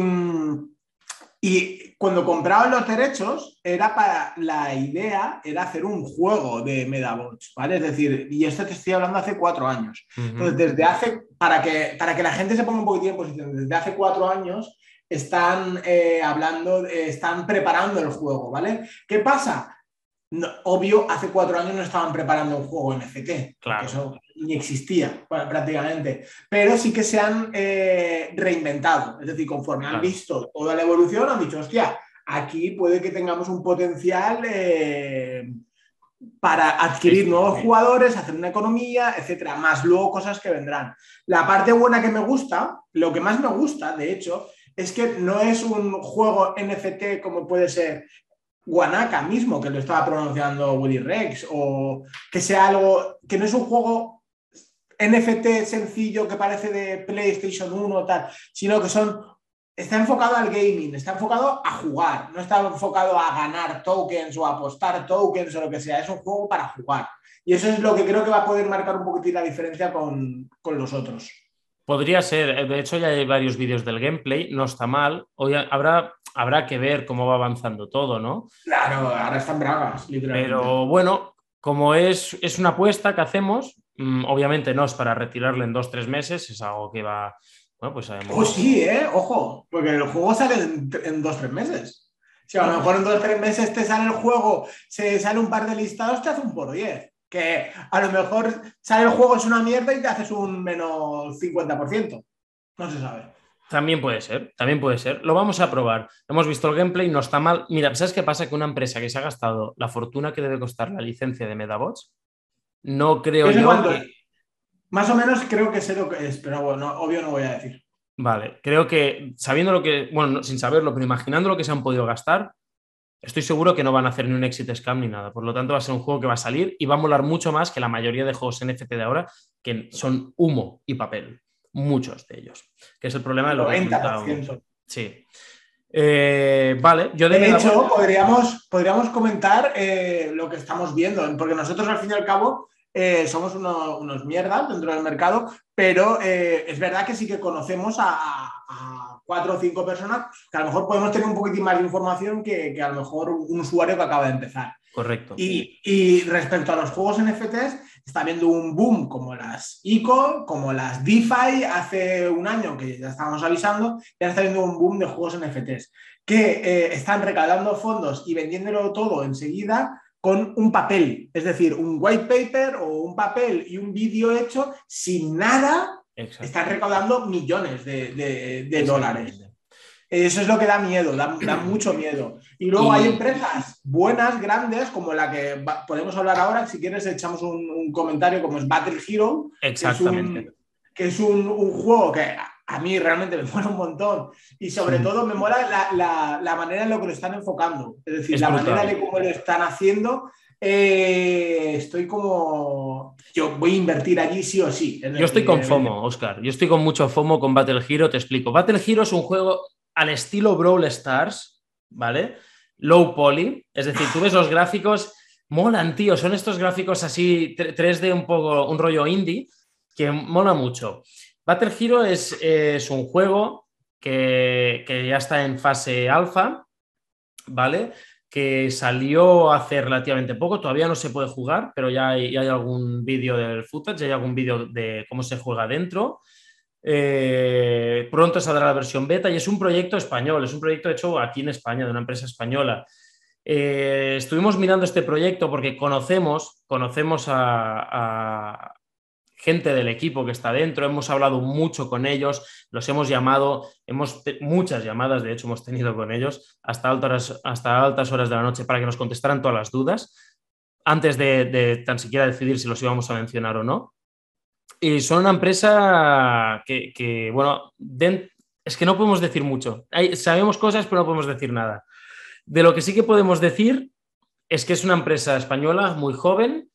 Y cuando compraban los derechos, era para la idea era hacer un juego de MetaBots, ¿vale? Es decir, y esto te estoy hablando hace cuatro años. Uh-huh. Entonces, desde hace, para que, para que la gente se ponga un poquitín en posición, desde hace cuatro años están eh, hablando, eh, están preparando el juego, ¿vale? ¿Qué pasa? No, obvio, hace cuatro años no estaban preparando un juego N F T, claro. Eso ni existía bueno, prácticamente, pero sí que se han eh, reinventado, es decir, conforme claro. han visto toda la evolución, han dicho, hostia, aquí puede que tengamos un potencial eh, para adquirir nuevos jugadores, hacer una economía, etcétera, más luego cosas que vendrán. La parte buena que me gusta, lo que más me gusta, de hecho, es que no es un juego N F T como puede ser Guanaca mismo, que lo estaba pronunciando Willy Rex, o que sea algo, que no es un juego N F T sencillo que parece de PlayStation uno o tal, sino que son, está enfocado al gaming, está enfocado a jugar, no está enfocado a ganar tokens o a apostar tokens o lo que sea, es un juego para jugar. Y eso es lo que creo que va a poder marcar un poquitín la diferencia con, con los otros. Podría ser, de hecho ya hay varios vídeos del gameplay, no está mal, hoy habrá, habrá que ver cómo va avanzando todo, ¿no? Claro, ahora están bragas, literalmente. Pero bueno, como es, es una apuesta que hacemos, mmm, obviamente no es para retirarle en dos o tres meses, es algo que va, bueno, pues sabemos. Oh, sí, ¿eh? Ojo, porque el juego sale en, en dos o tres meses. Si a lo mejor en dos o tres meses te sale el juego, se sale un par de listados, te hace un por diez. Que a lo mejor sale el juego, es una mierda y te haces un menos cincuenta por ciento. No se sabe. También puede ser, también puede ser. Lo vamos a probar. Hemos visto el gameplay, no está mal. Mira, ¿sabes qué pasa? Que una empresa que se ha gastado la fortuna que debe costar la licencia de MetaBots, no creo yo que... Más o menos creo que sé lo que es, pero bueno, obvio no voy a decir. Vale, creo que sabiendo lo que... Bueno, sin saberlo, pero imaginando lo que se han podido gastar, estoy seguro que no van a hacer ni un exit scam ni nada. Por lo tanto, va a ser un juego que va a salir y va a molar mucho más que la mayoría de juegos N F T de ahora, que son humo y papel. Muchos de ellos. Que es el problema de lo que he comentado. Sí. Eh, vale, yo de, de hecho, podríamos, podríamos comentar eh, lo que estamos viendo, porque nosotros al fin y al cabo eh, somos uno, unos mierdas dentro del mercado, pero eh, es verdad que sí que conocemos a, a cuatro o cinco personas que a lo mejor podemos tener un poquitín más de información que, que a lo mejor un usuario que acaba de empezar. Correcto. Y, y respecto a los juegos N F Ts, está habiendo un boom como las I C O, como las DeFi, hace un año que ya estábamos avisando, ya está habiendo un boom de juegos N F Ts que eh, están recaudando fondos y vendiéndolo todo enseguida con un papel, es decir, un white paper o un papel y un vídeo hecho sin nada. Exacto. Están recaudando millones de, de, de dólares. Eso es lo que da miedo, da, da mucho miedo. Y luego y... hay empresas buenas, grandes, como la que va, podemos hablar ahora. Si quieres, echamos un, un comentario, como es Battle Hero. Exactamente. Que es, un, que es un, un juego que a mí realmente me mola un montón. Y sobre sí. todo me mola la, la, la manera en la que lo están enfocando. Es decir, es la brutal. manera de cómo lo están haciendo. Eh, estoy como... Yo voy a invertir allí sí o sí. Es Yo estoy con FOMO, Óscar. Yo estoy con mucho FOMO con Battle Hero. Te explico. Battle Hero es un juego al estilo Brawl Stars, ¿vale? Low poly, es decir, tú ves los gráficos, molan, tío, son estos gráficos así tres D, un poco, un rollo indie, que mola mucho. Battle Hero es, es un juego que, que ya está en fase alfa, ¿vale? Que salió hace relativamente poco, todavía no se puede jugar, pero ya hay, ya hay algún vídeo del footage, ya hay algún vídeo de cómo se juega dentro. Eh, pronto saldrá la versión beta y es un proyecto español, es un proyecto hecho aquí en España, de una empresa española. Eh, estuvimos mirando este proyecto porque conocemos, conocemos a, a gente del equipo que está dentro, hemos hablado mucho con ellos, los hemos llamado, hemos muchas llamadas, de hecho hemos tenido con ellos hasta altas, hasta altas horas de la noche para que nos contestaran todas las dudas antes de, de tan siquiera decidir si los íbamos a mencionar o no. Y son una empresa que, que bueno, den, es que no podemos decir mucho. Hay, sabemos cosas, pero no podemos decir nada. De lo que sí que podemos decir es que es una empresa española muy joven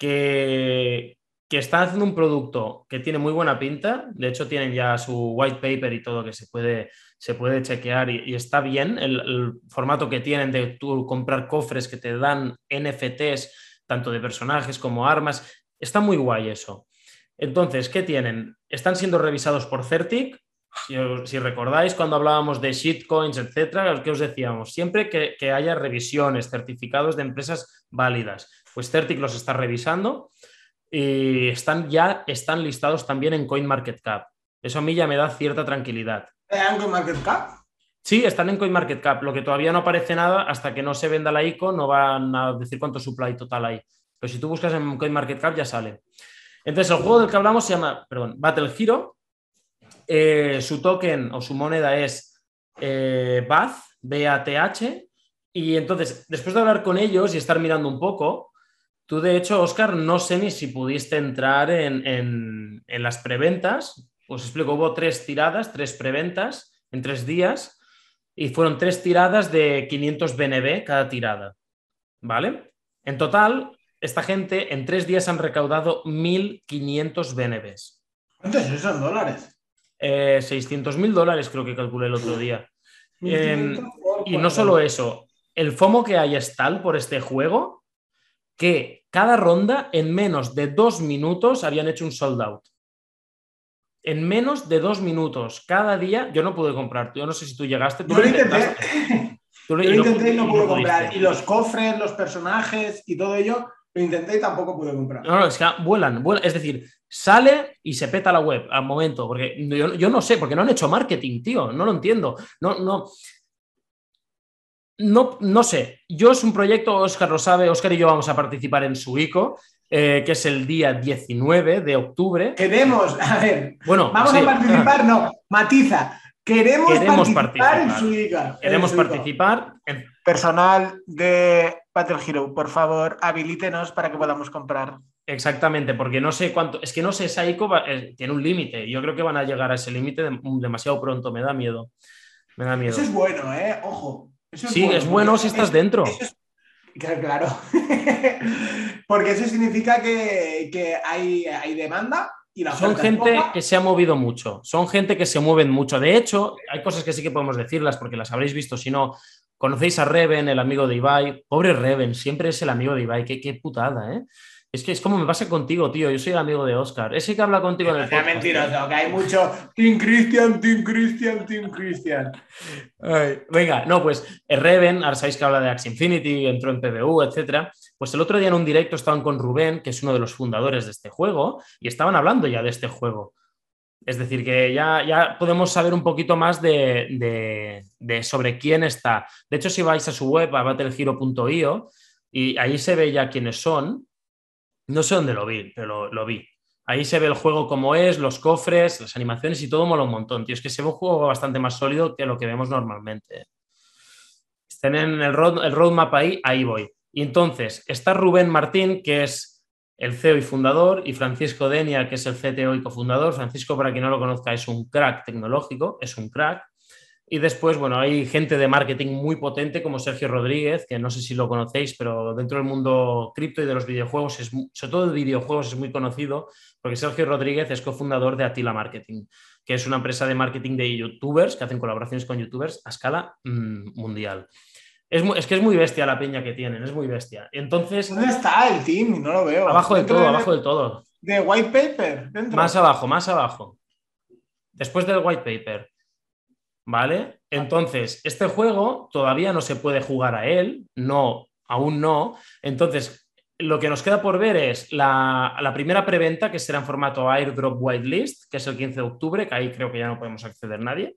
que, que está haciendo un producto que tiene muy buena pinta. De hecho, tienen ya su white paper y todo que se puede, se puede chequear y, y está bien. El, el formato que tienen de tú comprar cofres que te dan N F Ts, tanto de personajes como armas, está muy guay eso. Entonces, ¿qué tienen? Están siendo revisados por Certic. Si, si recordáis, cuando hablábamos de shitcoins, etcétera, ¿qué os decíamos? Siempre que, que haya revisiones, certificados de empresas válidas. Pues Certic los está revisando y están, ya están listados también en CoinMarketCap. Eso a mí ya me da cierta tranquilidad. ¿En CoinMarketCap? Sí, están en CoinMarketCap. Lo que todavía no aparece nada, hasta que no se venda la I C O, no van a decir cuánto supply total hay. Pero si tú buscas en CoinMarketCap ya sale. Entonces, el juego del que hablamos se llama, perdón, Battle Hero. Eh, su token o su moneda es eh, B A T H, B A T H. Y entonces, después de hablar con ellos y estar mirando un poco, tú, de hecho, Óscar, no sé ni si pudiste entrar en, en, en las preventas. Os explico, hubo tres tiradas, tres preventas en tres días y fueron tres tiradas de quinientos B N B cada tirada, ¿vale? En total, esta gente en tres días han recaudado mil quinientos B N Bs. ¿Cuántos son dólares? Eh, seiscientos mil dólares creo que calculé el otro día. Eh, y no solo eso, el FOMO que hay es tal por este juego que cada ronda en menos de dos minutos habían hecho un sold out. En menos de dos minutos cada día, yo no pude comprar. Yo no sé si tú llegaste. Yo lo intenté. Tú lo, yo lo intenté y no, y no pude no comprar. Y los cofres, los personajes y todo ello, lo intenté y tampoco pude comprar. No, no, es que vuelan, vuelan. Es decir, sale y se peta la web al momento. Porque yo, yo no sé, porque no han hecho marketing, tío. No lo entiendo. No, no. No, no sé. Yo es un proyecto, Óscar lo sabe, Óscar y yo vamos a participar en su I C O. Eh, que es el día diecinueve de octubre. Queremos, a ver, bueno, vamos sí. a participar, no, matiza. Queremos, Queremos participar, participar en su I C O. Queremos en participar. En... Personal de Battle Hero, por favor, habilítenos para que podamos comprar. Exactamente, porque no sé cuánto, es que no sé, esa I C O va, eh, tiene un límite. Yo creo que van a llegar a ese límite de, demasiado pronto, me da miedo. Me da miedo. Eso es bueno, ¿eh? Ojo. Eso es sí, bueno, es bueno si estás es, dentro. Es... Claro, porque eso significa que, que hay, hay demanda y la Son gente que se ha movido mucho, son gente que se mueven mucho. De hecho, hay cosas que sí que podemos decirlas porque las habréis visto. Si no, conocéis a Reven, el amigo de Ibai. Pobre Reven, siempre es el amigo de Ibai. Qué, qué putada, ¿eh? Es que es como me pasa contigo, tío. Yo soy el amigo de Oscar. Ese que habla contigo en el podcast. Es mentiroso, que hay mucho Team Christian, Team Christian, Team Christian. Ay, venga, no, pues Reven, ahora sabéis que habla de Axie Infinity, entró en P B U, etcétera. Pues el otro día en un directo estaban con Rubén, que es uno de los fundadores de este juego, y estaban hablando ya de este juego. Es decir, que ya, ya podemos saber un poquito más de, de, de sobre quién está. De hecho, si vais a su web, a battle hero punto i o, y ahí se ve ya quiénes son. No sé dónde lo vi, pero lo, lo vi. Ahí se ve el juego como es, los cofres, las animaciones y todo mola un montón, tío. Es que se ve un juego bastante más sólido que lo que vemos normalmente. Estén en el, road, el roadmap ahí, ahí voy. Y entonces, está Rubén Martín, que es el C E O y fundador, y Francisco Denia, que es el C T O y cofundador. Francisco, para quien no lo conozca, es un crack tecnológico, es un crack. Y después, bueno, hay gente de marketing muy potente como Sergio Rodríguez, que no sé si lo conocéis, pero dentro del mundo cripto y de los videojuegos, es, sobre todo de videojuegos, es muy conocido, porque Sergio Rodríguez es cofundador de Atila Marketing, que es una empresa de marketing de youtubers, que hacen colaboraciones con youtubers a escala mmm, mundial. Es, muy, es que es muy bestia la peña que tienen, es muy bestia. Entonces, ¿dónde está el team? No lo veo. Abajo del todo, de, abajo del todo. ¿De white paper? ¿Dentro? Más abajo, más abajo. Después del white paper. ¿Vale? Entonces, este juego todavía no se puede jugar a él, no, aún no. Entonces, lo que nos queda por ver es la, la primera preventa, que será en formato Airdrop Whitelist, que es el quince de octubre, que ahí creo que ya no podemos acceder nadie.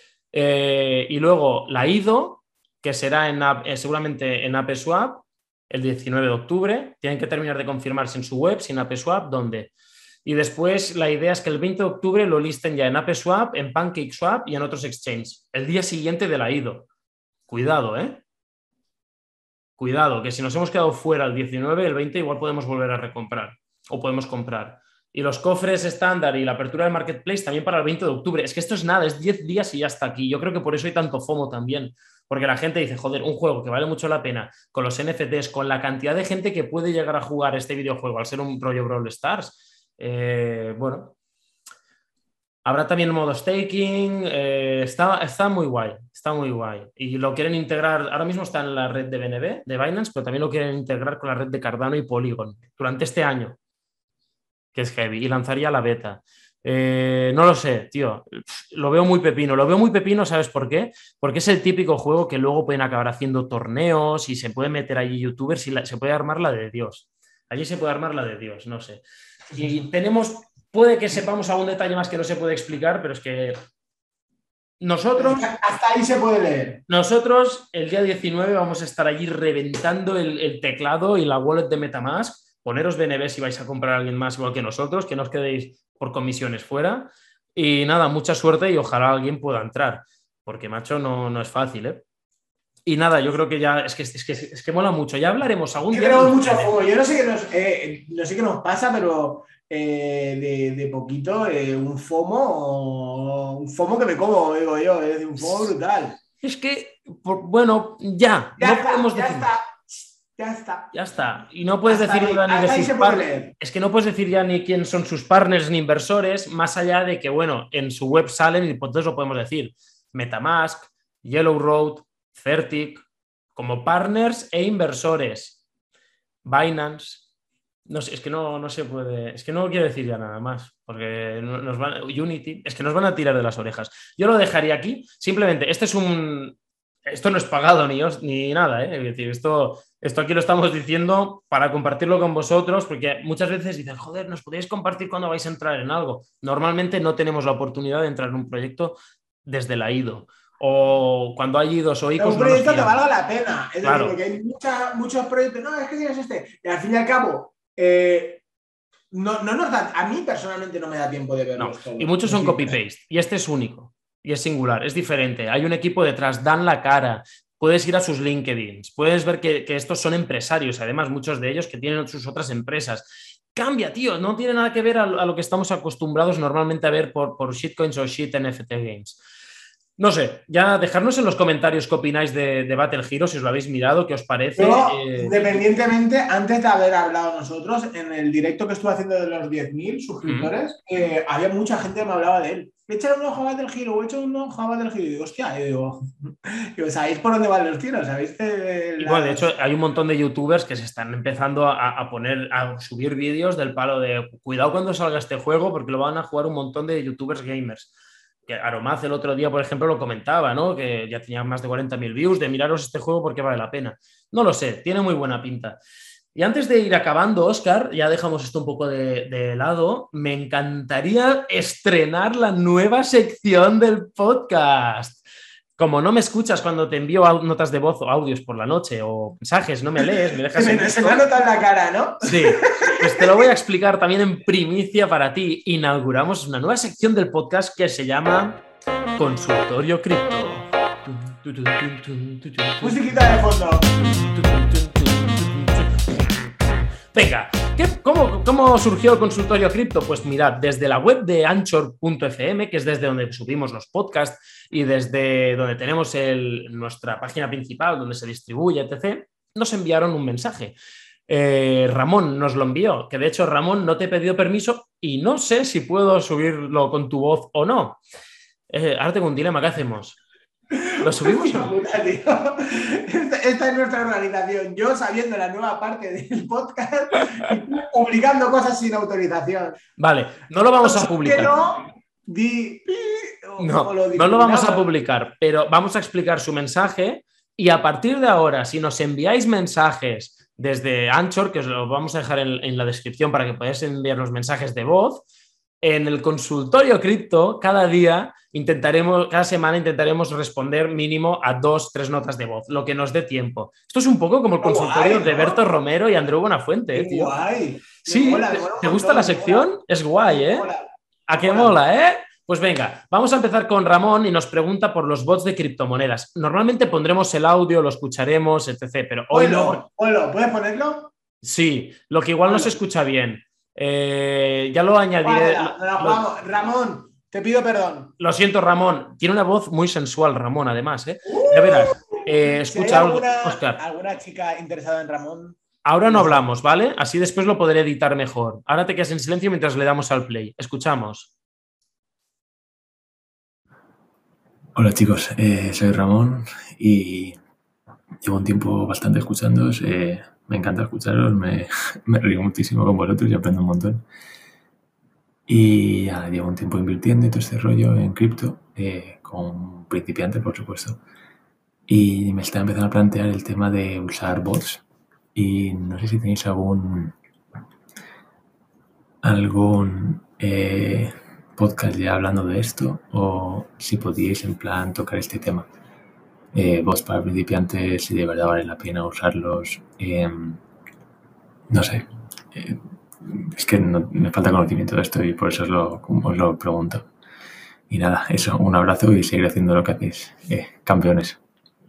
Eh, y luego la I D O, que será en, eh, seguramente en AppSwap, el diecinueve de octubre. Tienen que terminar de confirmarse en su web, sin AppSwap, ¿dónde? Y después la idea es que el veinte de octubre lo listen ya en AppSwap, en PancakeSwap y en otros exchanges. El día siguiente de la I D O. Cuidado, ¿eh? Cuidado, que si nos hemos quedado fuera el diecinueve, el veinte igual podemos volver a recomprar. O podemos comprar. Y los cofres estándar y la apertura del marketplace también para el veinte de octubre. Es que esto es nada, es diez días y ya está aquí. Yo creo que por eso hay tanto FOMO también. Porque la gente dice, joder, un juego que vale mucho la pena, con los N F Ts, con la cantidad de gente que puede llegar a jugar este videojuego al ser un rollo Brawl Stars. Eh, bueno, habrá también modo staking, eh, está, está muy guay, está muy guay. Y lo quieren integrar, ahora mismo está en la red de B N B, de Binance, pero también lo quieren integrar con la red de Cardano y Polygon durante este año, que es heavy, y lanzaría la beta. Eh, no lo sé, tío, lo veo muy pepino, lo veo muy pepino, ¿sabes por qué? Porque es el típico juego que luego pueden acabar haciendo torneos y se puede meter allí youtubers y la, se puede armar la de Dios. Allí se puede armar la de Dios, no sé. Y tenemos, puede que sepamos algún detalle más que no se puede explicar, pero es que nosotros... Hasta ahí se puede leer. Nosotros el día diecinueve vamos a estar allí reventando el, el teclado y la wallet de MetaMask. Poneros B N B si vais a comprar a alguien más igual que nosotros, que no os quedéis por comisiones fuera. Y nada, mucha suerte y ojalá alguien pueda entrar, porque macho no, no es fácil, ¿eh? Y nada, yo creo que ya es que, es que, es que mola mucho. Ya hablaremos algún yo día. Creo mucho juego. Yo no sé qué nos, eh, no sé qué nos pasa, pero eh, de, de poquito eh, un FOMO, un FOMO que me como, digo yo, es un FOMO brutal. Es que, por, bueno, ya, ya no está, podemos ya decir. Está. Ya está. Ya está. Y no puedes hasta decir ahí, ni de sus partners. Es que no puedes decir ya ni quién son sus partners ni inversores, más allá de que, bueno, en su web salen y entonces lo podemos decir. MetaMask, Yellow Road, Certic, como partners e inversores. Binance. No sé, es que no, no se puede. Es que no quiero decir ya nada más. Porque nos van. Unity. Es que nos van a tirar de las orejas. Yo lo dejaría aquí. Simplemente, este es un. Esto no es pagado ni, ni nada, ¿eh? Es decir, esto, esto aquí lo estamos diciendo para compartirlo con vosotros, porque muchas veces dicen, joder, ¿nos podéis compartir cuando vais a entrar en algo? Normalmente no tenemos la oportunidad de entrar en un proyecto desde la I D O. O cuando hay I D Os o I C Os. Un proyecto no que valga la pena. Es claro. decir, porque hay mucha, muchos proyectos. No, es que tienes este. Y al fin y al cabo, eh, no, no nos da. A mí personalmente no me da tiempo de verlos no. todos. Y muchos son copy-paste. Y este es único. Y es singular, es diferente. Hay un equipo detrás, dan la cara. Puedes ir a sus LinkedIn, puedes ver que, que estos son empresarios, además muchos de ellos que tienen sus otras empresas. Cambia, tío, no tiene nada que ver a, a lo que estamos acostumbrados normalmente a ver por, por shitcoins o shit N F T games. No sé, ya dejadnos en los comentarios qué opináis de, de Battle Hero, si os lo habéis mirado, qué os parece. Yo, eh... independientemente, antes de haber hablado nosotros, en el directo que estuve haciendo de los diez mil suscriptores, mm. eh, había mucha gente que me hablaba de él. echar un ojo a Battle Hero, o echo un ojo a Battle Hero, y digo, hostia, y digo, digo, ¿sabéis por dónde van los tiros? ¿Sabéis? Eh, Y las... bueno, de hecho, hay un montón de youtubers que se están empezando a, a poner, a subir vídeos del palo de cuidado cuando salga este juego, porque lo van a jugar un montón de youtubers gamers. Que Aromaz el otro día, por ejemplo, lo comentaba, ¿no? Que ya tenía más de cuarenta mil views, de miraros este juego porque vale la pena. No lo sé, tiene muy buena pinta. Y antes de ir acabando, Óscar, ya dejamos esto un poco de, de lado, me encantaría estrenar la nueva sección del podcast. Como no me escuchas cuando te envío notas de voz o audios por la noche o mensajes, no me lees, me dejas se en me, se me nota en la cara, ¿no? Sí, pues te lo voy a explicar también en primicia para ti. Inauguramos una nueva sección del podcast que se llama Consultorio Cripto. Musiquita de fondo. Venga, ¿qué, cómo, ¿cómo surgió el consultorio cripto? Pues mirad, desde la web de Anchor punto efe eme, que es desde donde subimos los podcasts y desde donde tenemos el, nuestra página principal, donde se distribuye, etcétera, nos enviaron un mensaje. Eh, Ramón nos lo envió, que de hecho, Ramón, no te he pedido permiso y no sé si puedo subirlo con tu voz o no. Eh, ahora tengo un dilema, ¿qué hacemos? ¿Lo subimos o no? Puta, tío. Esta, esta es nuestra organización. Yo sabiendo la nueva parte del podcast y tú publicando cosas sin autorización. Vale, no lo vamos a publicar. No, di, o, no, o lo no lo vamos a publicar, pero vamos a explicar su mensaje y a partir de ahora, si nos enviáis mensajes desde Anchor, que os lo vamos a dejar en, en la descripción para que podáis enviar los mensajes de voz, en el consultorio cripto, cada día intentaremos, cada semana intentaremos responder mínimo a dos, tres notas de voz, lo que nos dé tiempo. Esto es un poco como el consultorio guay, ¿no? de Berto Romero y Andreu Buenafuente, Qué tío. Guay. Sí, mola, ¿te, ¿te gusta la sección? Mola. Es guay, ¿eh? Mola. ¿A qué mola, eh? Pues venga, vamos a empezar con Ramón y nos pregunta por los bots de criptomonedas. Normalmente pondremos el audio, lo escucharemos, etcétera. Pero hoy Ponlo, no. Ponlo. ¿Puedes ponerlo? Sí, lo que igual ponlo. No se escucha bien. Eh, ya lo añadiré. Vale, lo, lo, Ramón, te pido perdón. Lo siento, Ramón. Tiene una voz muy sensual, Ramón, además. ¿eh? Uh, ya verás. Eh, escucha, si hay alguna, Oscar. ¿Alguna chica interesada en Ramón? Ahora no hablamos, ¿vale? Así después lo podré editar mejor. Ahora te quedas en silencio mientras le damos al play. Escuchamos. Hola chicos, eh, soy Ramón y llevo un tiempo bastante escuchándoos. Eh, me encanta escucharos, me, me río muchísimo con vosotros y aprendo un montón. Y ya llevo un tiempo invirtiendo y todo este rollo en cripto, eh, con principiantes, por supuesto. Y me está empezando a plantear el tema de usar bots. Y no sé si tenéis algún algún eh, podcast ya hablando de esto o si podíais en plan tocar este tema. Eh, bots para principiantes, si de verdad vale la pena usarlos. Eh, no sé. Eh, es que no, me falta conocimiento de esto y por eso os lo, os lo pregunto. Y nada, eso, un abrazo y seguir haciendo lo que hacéis. Eh, campeones.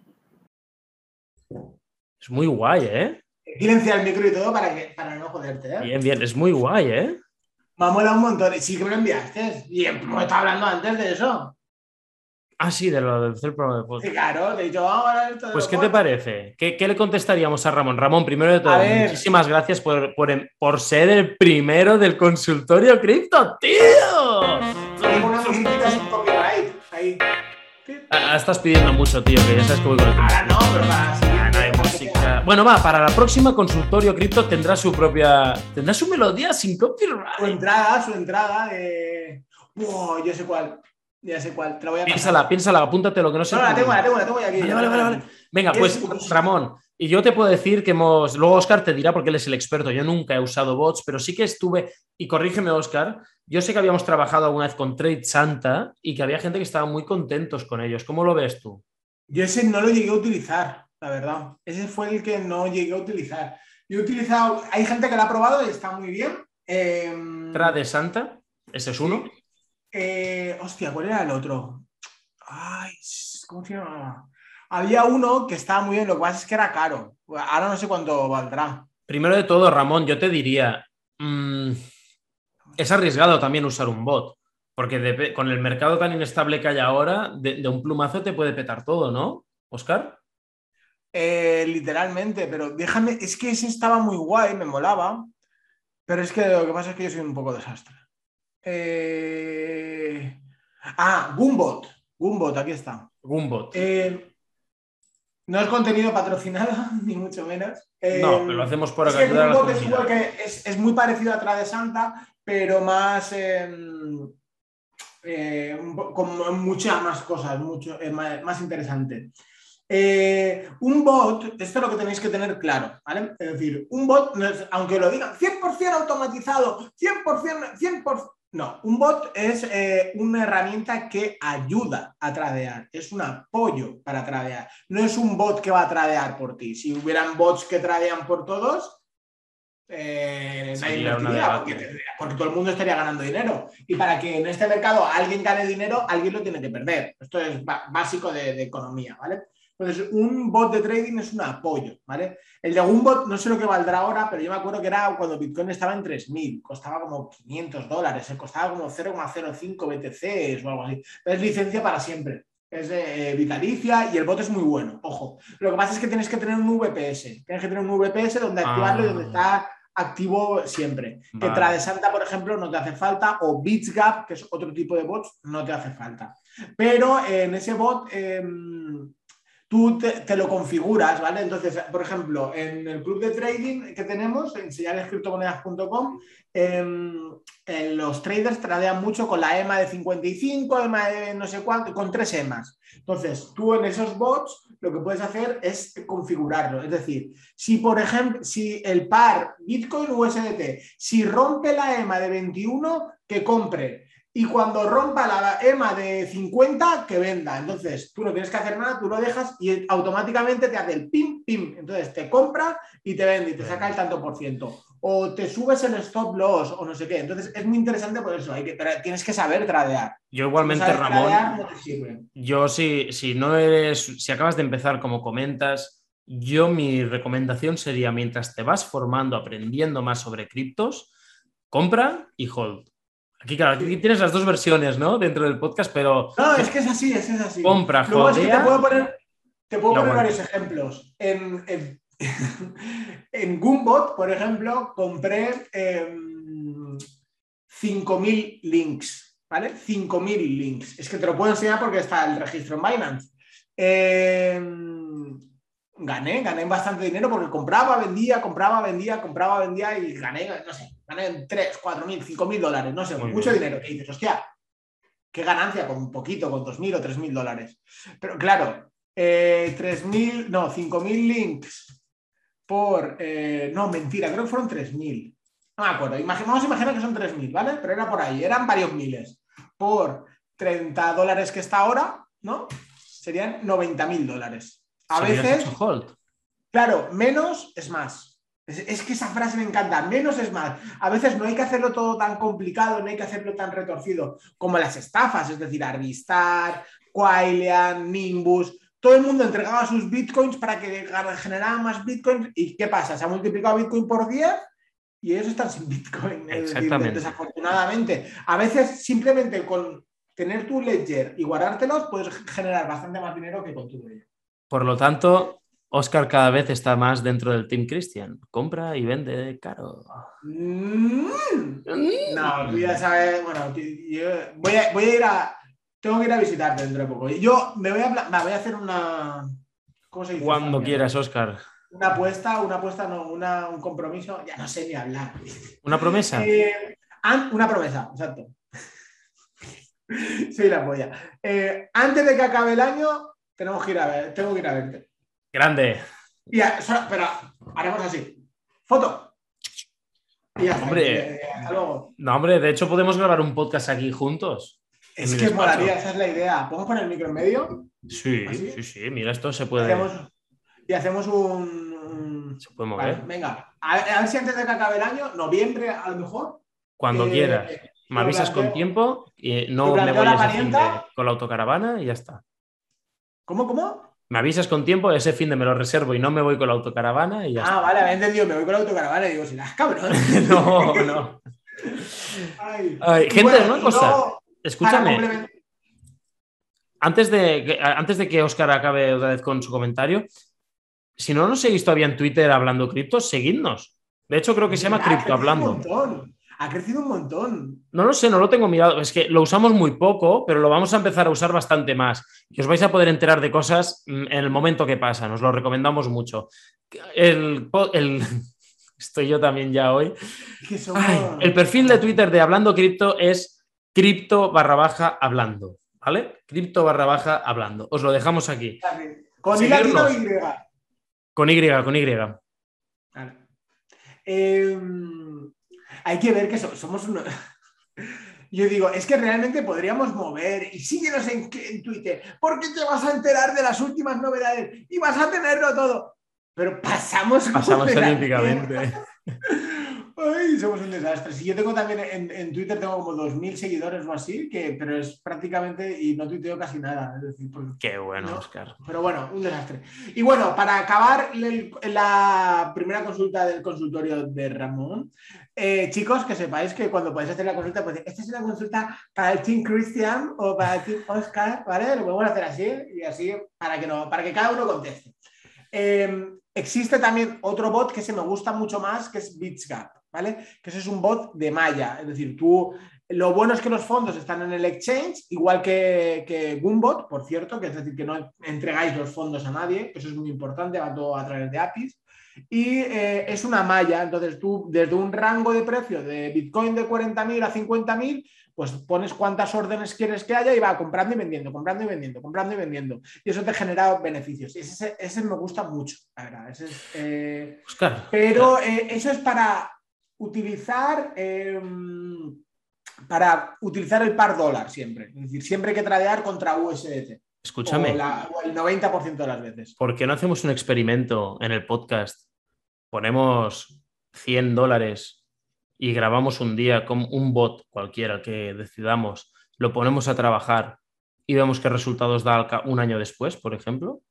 Es muy guay, ¿eh? Silencia el micro y todo para, que, para no joderte, ¿eh? Bien, bien, es muy guay, ¿eh? Me ha molado un montón. Sí que me lo enviaste. Y hemos estado hablando antes de eso. Ah, sí, de lo del hacer programa de podcast. Sí, claro, te he dicho, vamos a hablar esto de Pues, ¿qué te parece? ¿Qué, ¿Qué le contestaríamos a Ramón? Ramón, primero de todo, muchísimas gracias por, por, por ser el primero del consultorio cripto, tío. Tengo una musiquita sin copyright. Ahí. Ah, estás pidiendo mucho, tío, que ya sabes que voy con el Ahora no, pero para así. Ah, no hay música. Bueno, va, para la próxima consultorio cripto tendrá su propia. Tendrá su melodía sin copyright. Su entrada, su entrada de. Wow, yo sé cuál. Ya sé cuál, te la voy a pasar. Piénsala, piénsala, apúntate lo que no sé. No, la tengo, la tengo, la tengo ya aquí. Vale, vale, vale, vale. Venga, pues Ramón, y yo te puedo decir que hemos. Luego Óscar te dirá porque él es el experto. Yo nunca he usado bots, pero sí que estuve. Y corrígeme, Óscar. Yo sé que habíamos trabajado alguna vez con Trade Santa y que había gente que estaba muy contentos con ellos. ¿Cómo lo ves tú? Yo ese no lo llegué a utilizar, la verdad. Ese fue el que no llegué a utilizar. Yo he utilizado. Hay gente que lo ha probado y está muy bien. Eh... Trade Santa, ese es uno. Eh, hostia, ¿cuál era el otro? Ay, ¿cómo se llama? Había uno que estaba muy bien, lo que pasa es que era caro. Ahora no sé cuánto valdrá. Primero de todo, Ramón, yo te diría, mmm, es arriesgado también usar un bot, porque de, con el mercado tan inestable que hay ahora, de, de un plumazo te puede petar todo, ¿no, Óscar? Eh, literalmente, pero déjame, es que ese estaba muy guay, me molaba, pero es que lo que pasa es que yo soy un poco desastre. Eh... Ah, Gumbot. Gumbot, aquí está. Gumbot. Eh, no es contenido patrocinado, ni mucho menos. Eh, no, pero lo hacemos por es ayudar que a la Gumbot es, igual comunidad. que es, es muy parecido a Tradesanta, pero más... Eh, eh, con muchas más cosas, mucho, eh, más, más interesante. Eh, un bot, esto es lo que tenéis que tener claro, ¿vale? Es decir, un bot, aunque lo digan cien por ciento automatizado, cien por ciento, cien por ciento, no, un bot es eh, una herramienta que ayuda a tradear, es un apoyo para tradear, no es un bot que va a tradear por ti. Si hubieran bots que tradean por todos, Eh, nadie invertiría porque, porque todo el mundo estaría ganando dinero, y para que en este mercado alguien gane dinero, alguien lo tiene que perder. Esto es básico de, de economía, ¿vale? Entonces, un bot de trading es un apoyo, ¿vale? El de un bot no sé lo que valdrá ahora, pero yo me acuerdo que era cuando Bitcoin estaba en tres mil, costaba como quinientos dólares, costaba como cero coma cero cinco B T Cs o algo así. Es licencia para siempre. Es eh, vitalicia y el bot es muy bueno, ojo. Lo que pasa es que tienes que tener un V P S, tienes que tener un V P S donde activarlo ah. y donde está activo siempre. Vale. Que Tradesanta, por ejemplo, no te hace falta, o BitsGap, que es otro tipo de bots, no te hace falta. Pero eh, en ese bot eh, tú te, te lo configuras, ¿vale? Entonces, por ejemplo, en el club de trading que tenemos, en señales criptomonedas punto com, eh, eh, los traders tradean mucho con la E M A de cincuenta y cinco, E M A de no sé cuánto, con tres E M As. Entonces, tú en esos bots lo que puedes hacer es configurarlo. Es decir, si por ejemplo, si el par Bitcoin U S D T, si rompe la E M A de veintiuno, que compre. Y cuando rompa la E M A de cincuenta, que venda. Entonces, tú no tienes que hacer nada, tú lo dejas y automáticamente te hace el pim, pim. Entonces, te compra y te vende y te saca el tanto por ciento. O te subes el stop loss o no sé qué. Entonces, es muy interesante por eso. Hay que, pero tienes que saber tradear. Yo igualmente, si no Ramón, tradear, no te sirve. Yo si, si no eres, si acabas de empezar como comentas, yo mi recomendación sería, mientras te vas formando, aprendiendo más sobre criptos, compra y hold. Aquí, claro, aquí tienes las dos versiones, ¿no? Dentro del podcast, pero... No, es que es así, es, es así. Compra, Luego holdea, es que te puedo poner, te puedo no, poner bueno. varios ejemplos. En, en, en Gumbot, por ejemplo, compré eh, cinco mil links, ¿vale? cinco mil links. Es que te lo puedo enseñar porque está el registro en Binance. Eh, gané, gané bastante dinero porque compraba, vendía, compraba, vendía, compraba, vendía y gané, no sé, gané tres, cuatro mil, cinco mil dólares, no sé, muy mucho bien. Dinero. Que dices, hostia, qué ganancia con un poquito, con dos mil o tres mil dólares. Pero claro, eh, tres mil, no, cinco mil links por, eh, no, mentira, creo que fueron tres mil. No me acuerdo, Imagin, vamos a imaginar que son tres mil, ¿vale? Pero era por ahí, eran varios miles. Por treinta dólares que está ahora, ¿no? Serían noventa mil dólares. A si veces, hecho hold. Claro, menos es más. Es, es que esa frase me encanta, menos es más. A veces no hay que hacerlo todo tan complicado, no hay que hacerlo tan retorcido como las estafas, es decir, Arbistar, Quailian, Nimbus. Todo el mundo entregaba sus bitcoins para que generaran más bitcoins. ¿Y qué pasa? Se ha multiplicado Bitcoin por diez y ellos están sin bitcoin. Exactamente. Desafortunadamente. A veces simplemente con tener tu ledger y guardártelos puedes generar bastante más dinero que con tu ledger. Por lo tanto, Óscar cada vez está más dentro del Team Christian. Compra y vende caro. Mm. No, tú ya sabes. Bueno, yo voy a, voy a ir a... Tengo que ir a visitarte dentro de poco. Yo me voy a, me voy a hacer una... ¿Cómo se dice? Cuando quieras, Óscar. Una apuesta, una apuesta, no, una, un compromiso. Ya no sé ni hablar. ¿Una promesa? Eh, una promesa, exacto. Soy la polla. Eh, antes de que acabe el año, tenemos que ir a ver, tengo que ir a verte. Grande. Y a, solo, pero haremos así. Foto. Y ya hombre, está. Hasta luego. No, hombre, de hecho podemos grabar un podcast aquí juntos. Es que molaría, esa es la idea. ¿Podemos poner el micro en medio? Sí, ¿así? sí, sí. Mira, esto se puede... Y hacemos, y hacemos un, un... Se puede mover. Vale, venga, a ver, a ver si antes de que acabe el año, noviembre a lo mejor. Cuando eh, quieras. Me avisas planteo, con tiempo y no me voy ese fin de, con la autocaravana y ya está. ¿Cómo, cómo? Me avisas con tiempo, ese fin de me lo reservo y no me voy con la autocaravana y ya ah, está. Ah, vale, había entendido, me voy con la autocaravana y digo, si las cabrón. no, no. Ay. Ay, gente, bueno, una cosa. No, escúchame. Antes de, antes de que Óscar acabe otra vez con su comentario, si no nos seguís todavía en Twitter hablando criptos, seguidnos. De hecho, creo que se llama Cripto Hablando. ha crecido un montón. No lo sé, no lo tengo mirado. Es que lo usamos muy poco, pero lo vamos a empezar a usar bastante más. Y os vais a poder enterar de cosas en el momento que pasan. Os lo recomendamos mucho. El, el... Estoy yo también ya hoy. Que somos... Ay, el perfil de Twitter de Hablando Cripto es cripto barra baja hablando. ¿Vale? Cripto barra baja hablando. Os lo dejamos aquí. ¿Con I latina o Y? Con Y, con Y. Vale. Eh, hay que ver que so, somos unos... Yo digo, es que realmente podríamos mover y síguenos en, en Twitter porque te vas a enterar de las últimas novedades y vas a tenerlo todo. Pero pasamos... Pasamos olímpicamente. Ay, somos un desastre. Sí, yo tengo también en, en Twitter tengo como dos mil seguidores o así, que, pero es prácticamente, y no tuiteo casi nada. Es decir, porque, qué bueno, ¿no? Óscar. Pero bueno, un desastre. Y bueno, para acabar el, la primera consulta del consultorio de Ramón, eh, chicos, que sepáis que cuando podéis hacer la consulta, pues esta es una consulta para el Team Christian o para el Team Óscar, ¿vale? Lo podemos hacer así y así para que, no, para que cada uno conteste. Eh, existe también otro bot que se me gusta mucho más, que es BitsGap, ¿vale? Que ese es un bot de malla, es decir, tú, lo bueno es que los fondos están en el exchange, igual que, que Goombot, por cierto, que es decir, que no entregáis los fondos a nadie, que eso es muy importante, va todo a través de A P Is, y eh, es una malla, entonces tú desde un rango de precio de Bitcoin de cuarenta mil a cincuenta mil, pues pones cuántas órdenes quieres que haya y va comprando y vendiendo, comprando y vendiendo, comprando y vendiendo. Y eso te genera beneficios. Y ese, ese me gusta mucho, la verdad. Ese es, eh... Óscar. Pero eh, eso es para utilizar, eh, para utilizar el par dólar siempre. Es decir, siempre hay que tradear contra U S D T. Escúchame. O, la, o el noventa por ciento de las veces. ¿Por qué no hacemos un experimento en el podcast? Ponemos cien dólares y grabamos un día con un bot cualquiera que decidamos, lo ponemos a trabajar y vemos qué resultados da un año después, por ejemplo.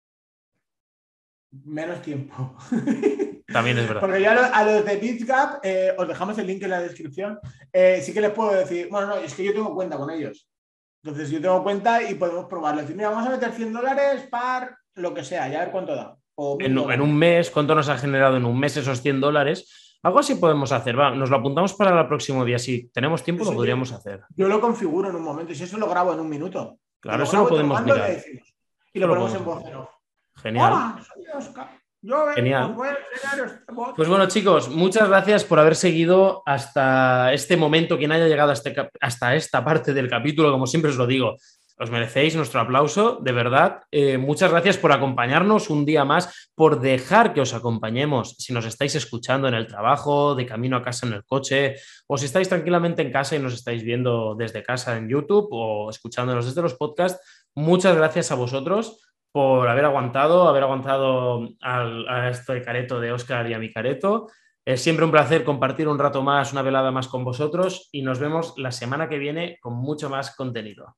Menos tiempo. También es verdad. Porque yo a los, a los de BitsGap, eh, os dejamos el link en la descripción, eh, sí que les puedo decir, bueno, no, es que yo tengo cuenta con ellos. Entonces yo tengo cuenta y podemos probarlo. Decir, mira, vamos a meter cien dólares par lo que sea, y a ver cuánto da. O en, en un mes, ¿cuánto nos ha generado en un mes esos cien dólares? Algo así podemos hacer, va, nos lo apuntamos para el próximo día. Si tenemos tiempo, eso lo podríamos yo, hacer. Yo lo configuro en un momento, y si eso lo grabo en un minuto. Claro, lo eso lo podemos mirar. Y, y lo, lo ponemos en voz en off. Genial. Hola, soy Óscar. Yo Genial. Este pues bueno, chicos, muchas gracias por haber seguido hasta este momento. Quien haya llegado hasta, este, hasta esta parte del capítulo, como siempre os lo digo, os merecéis nuestro aplauso, de verdad. Eh, muchas gracias por acompañarnos un día más, por dejar que os acompañemos. Si nos estáis escuchando en el trabajo, de camino a casa en el coche, o si estáis tranquilamente en casa y nos estáis viendo desde casa en YouTube o escuchándonos desde los podcasts, muchas gracias a vosotros por haber aguantado, haber aguantado al, a este careto de Óscar y a mi careto. Es siempre un placer compartir un rato más, una velada más con vosotros y nos vemos la semana que viene con mucho más contenido.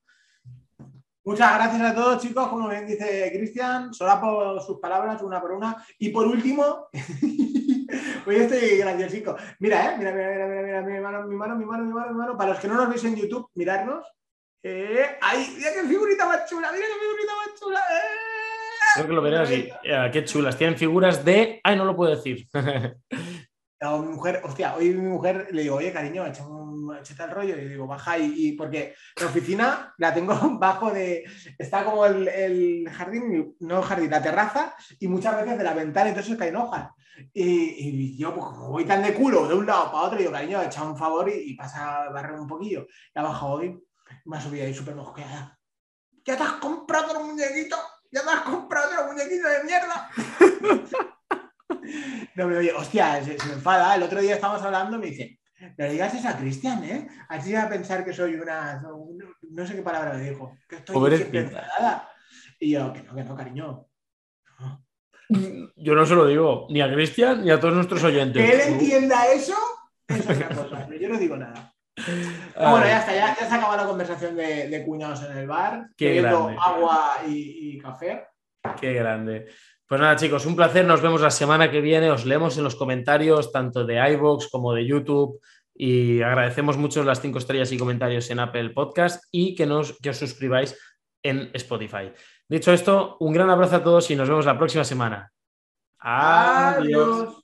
Muchas gracias a todos, chicos. Como bien dice Cristian, solapo sus palabras una por una. Y por último, hoy estoy graciosico. Mira, eh, mira, mira, mira, mira, mira, mi mano, mi mano, mi mano, mi mano, mi mano. Para los que no nos veis en YouTube, mirarnos. Eh, ¡Ay! ¡Mira qué figurita más chula! ¡Mira qué figurita más chula! ¡Eh! Creo que lo verás y eh, qué chulas. Tienen figuras de... ¡Ay, no lo puedo decir! No, mi mujer, hostia, hoy mi mujer le digo, oye, cariño, echa un, échate el rollo. Y digo, baja. Y, y porque la oficina la tengo bajo de... Está como el, el jardín, no el jardín, la terraza, y muchas veces de la ventana, entonces caen hojas. Y, y yo, pues como voy tan de culo de un lado para otro, digo, cariño, echa un favor y, y pasa a barrer un poquillo. Y ha bajado hoy, me ha subido ahí súper mosqueada. ¿Ya te has comprado los muñequitos? ¿Ya te has comprado los muñequitos de mierda? No me oye, hostia, se, se me enfada. El otro día estábamos hablando y me dice, no le digas eso a Cristian, ¿eh? Así va a pensar que soy una... No, no sé qué palabra me dijo. Que estoy siempre enfadada. Y yo, que no, que no, cariño. No. Yo no se lo digo ni a Cristian ni a todos nuestros oyentes. Que él entienda eso, eso es otra cosa, pero yo no digo nada. Bueno, ya está, ya, ya se acabó la conversación de, de cuñados en el bar, bebiendo agua y, y café. Qué grande. Pues nada, chicos, un placer. Nos vemos la semana que viene. Os leemos en los comentarios, tanto de iVoox como de YouTube. Y agradecemos mucho las cinco estrellas y comentarios en Apple Podcast y que, nos, que os suscribáis en Spotify. Dicho esto, un gran abrazo a todos y nos vemos la próxima semana. Adiós. Adiós.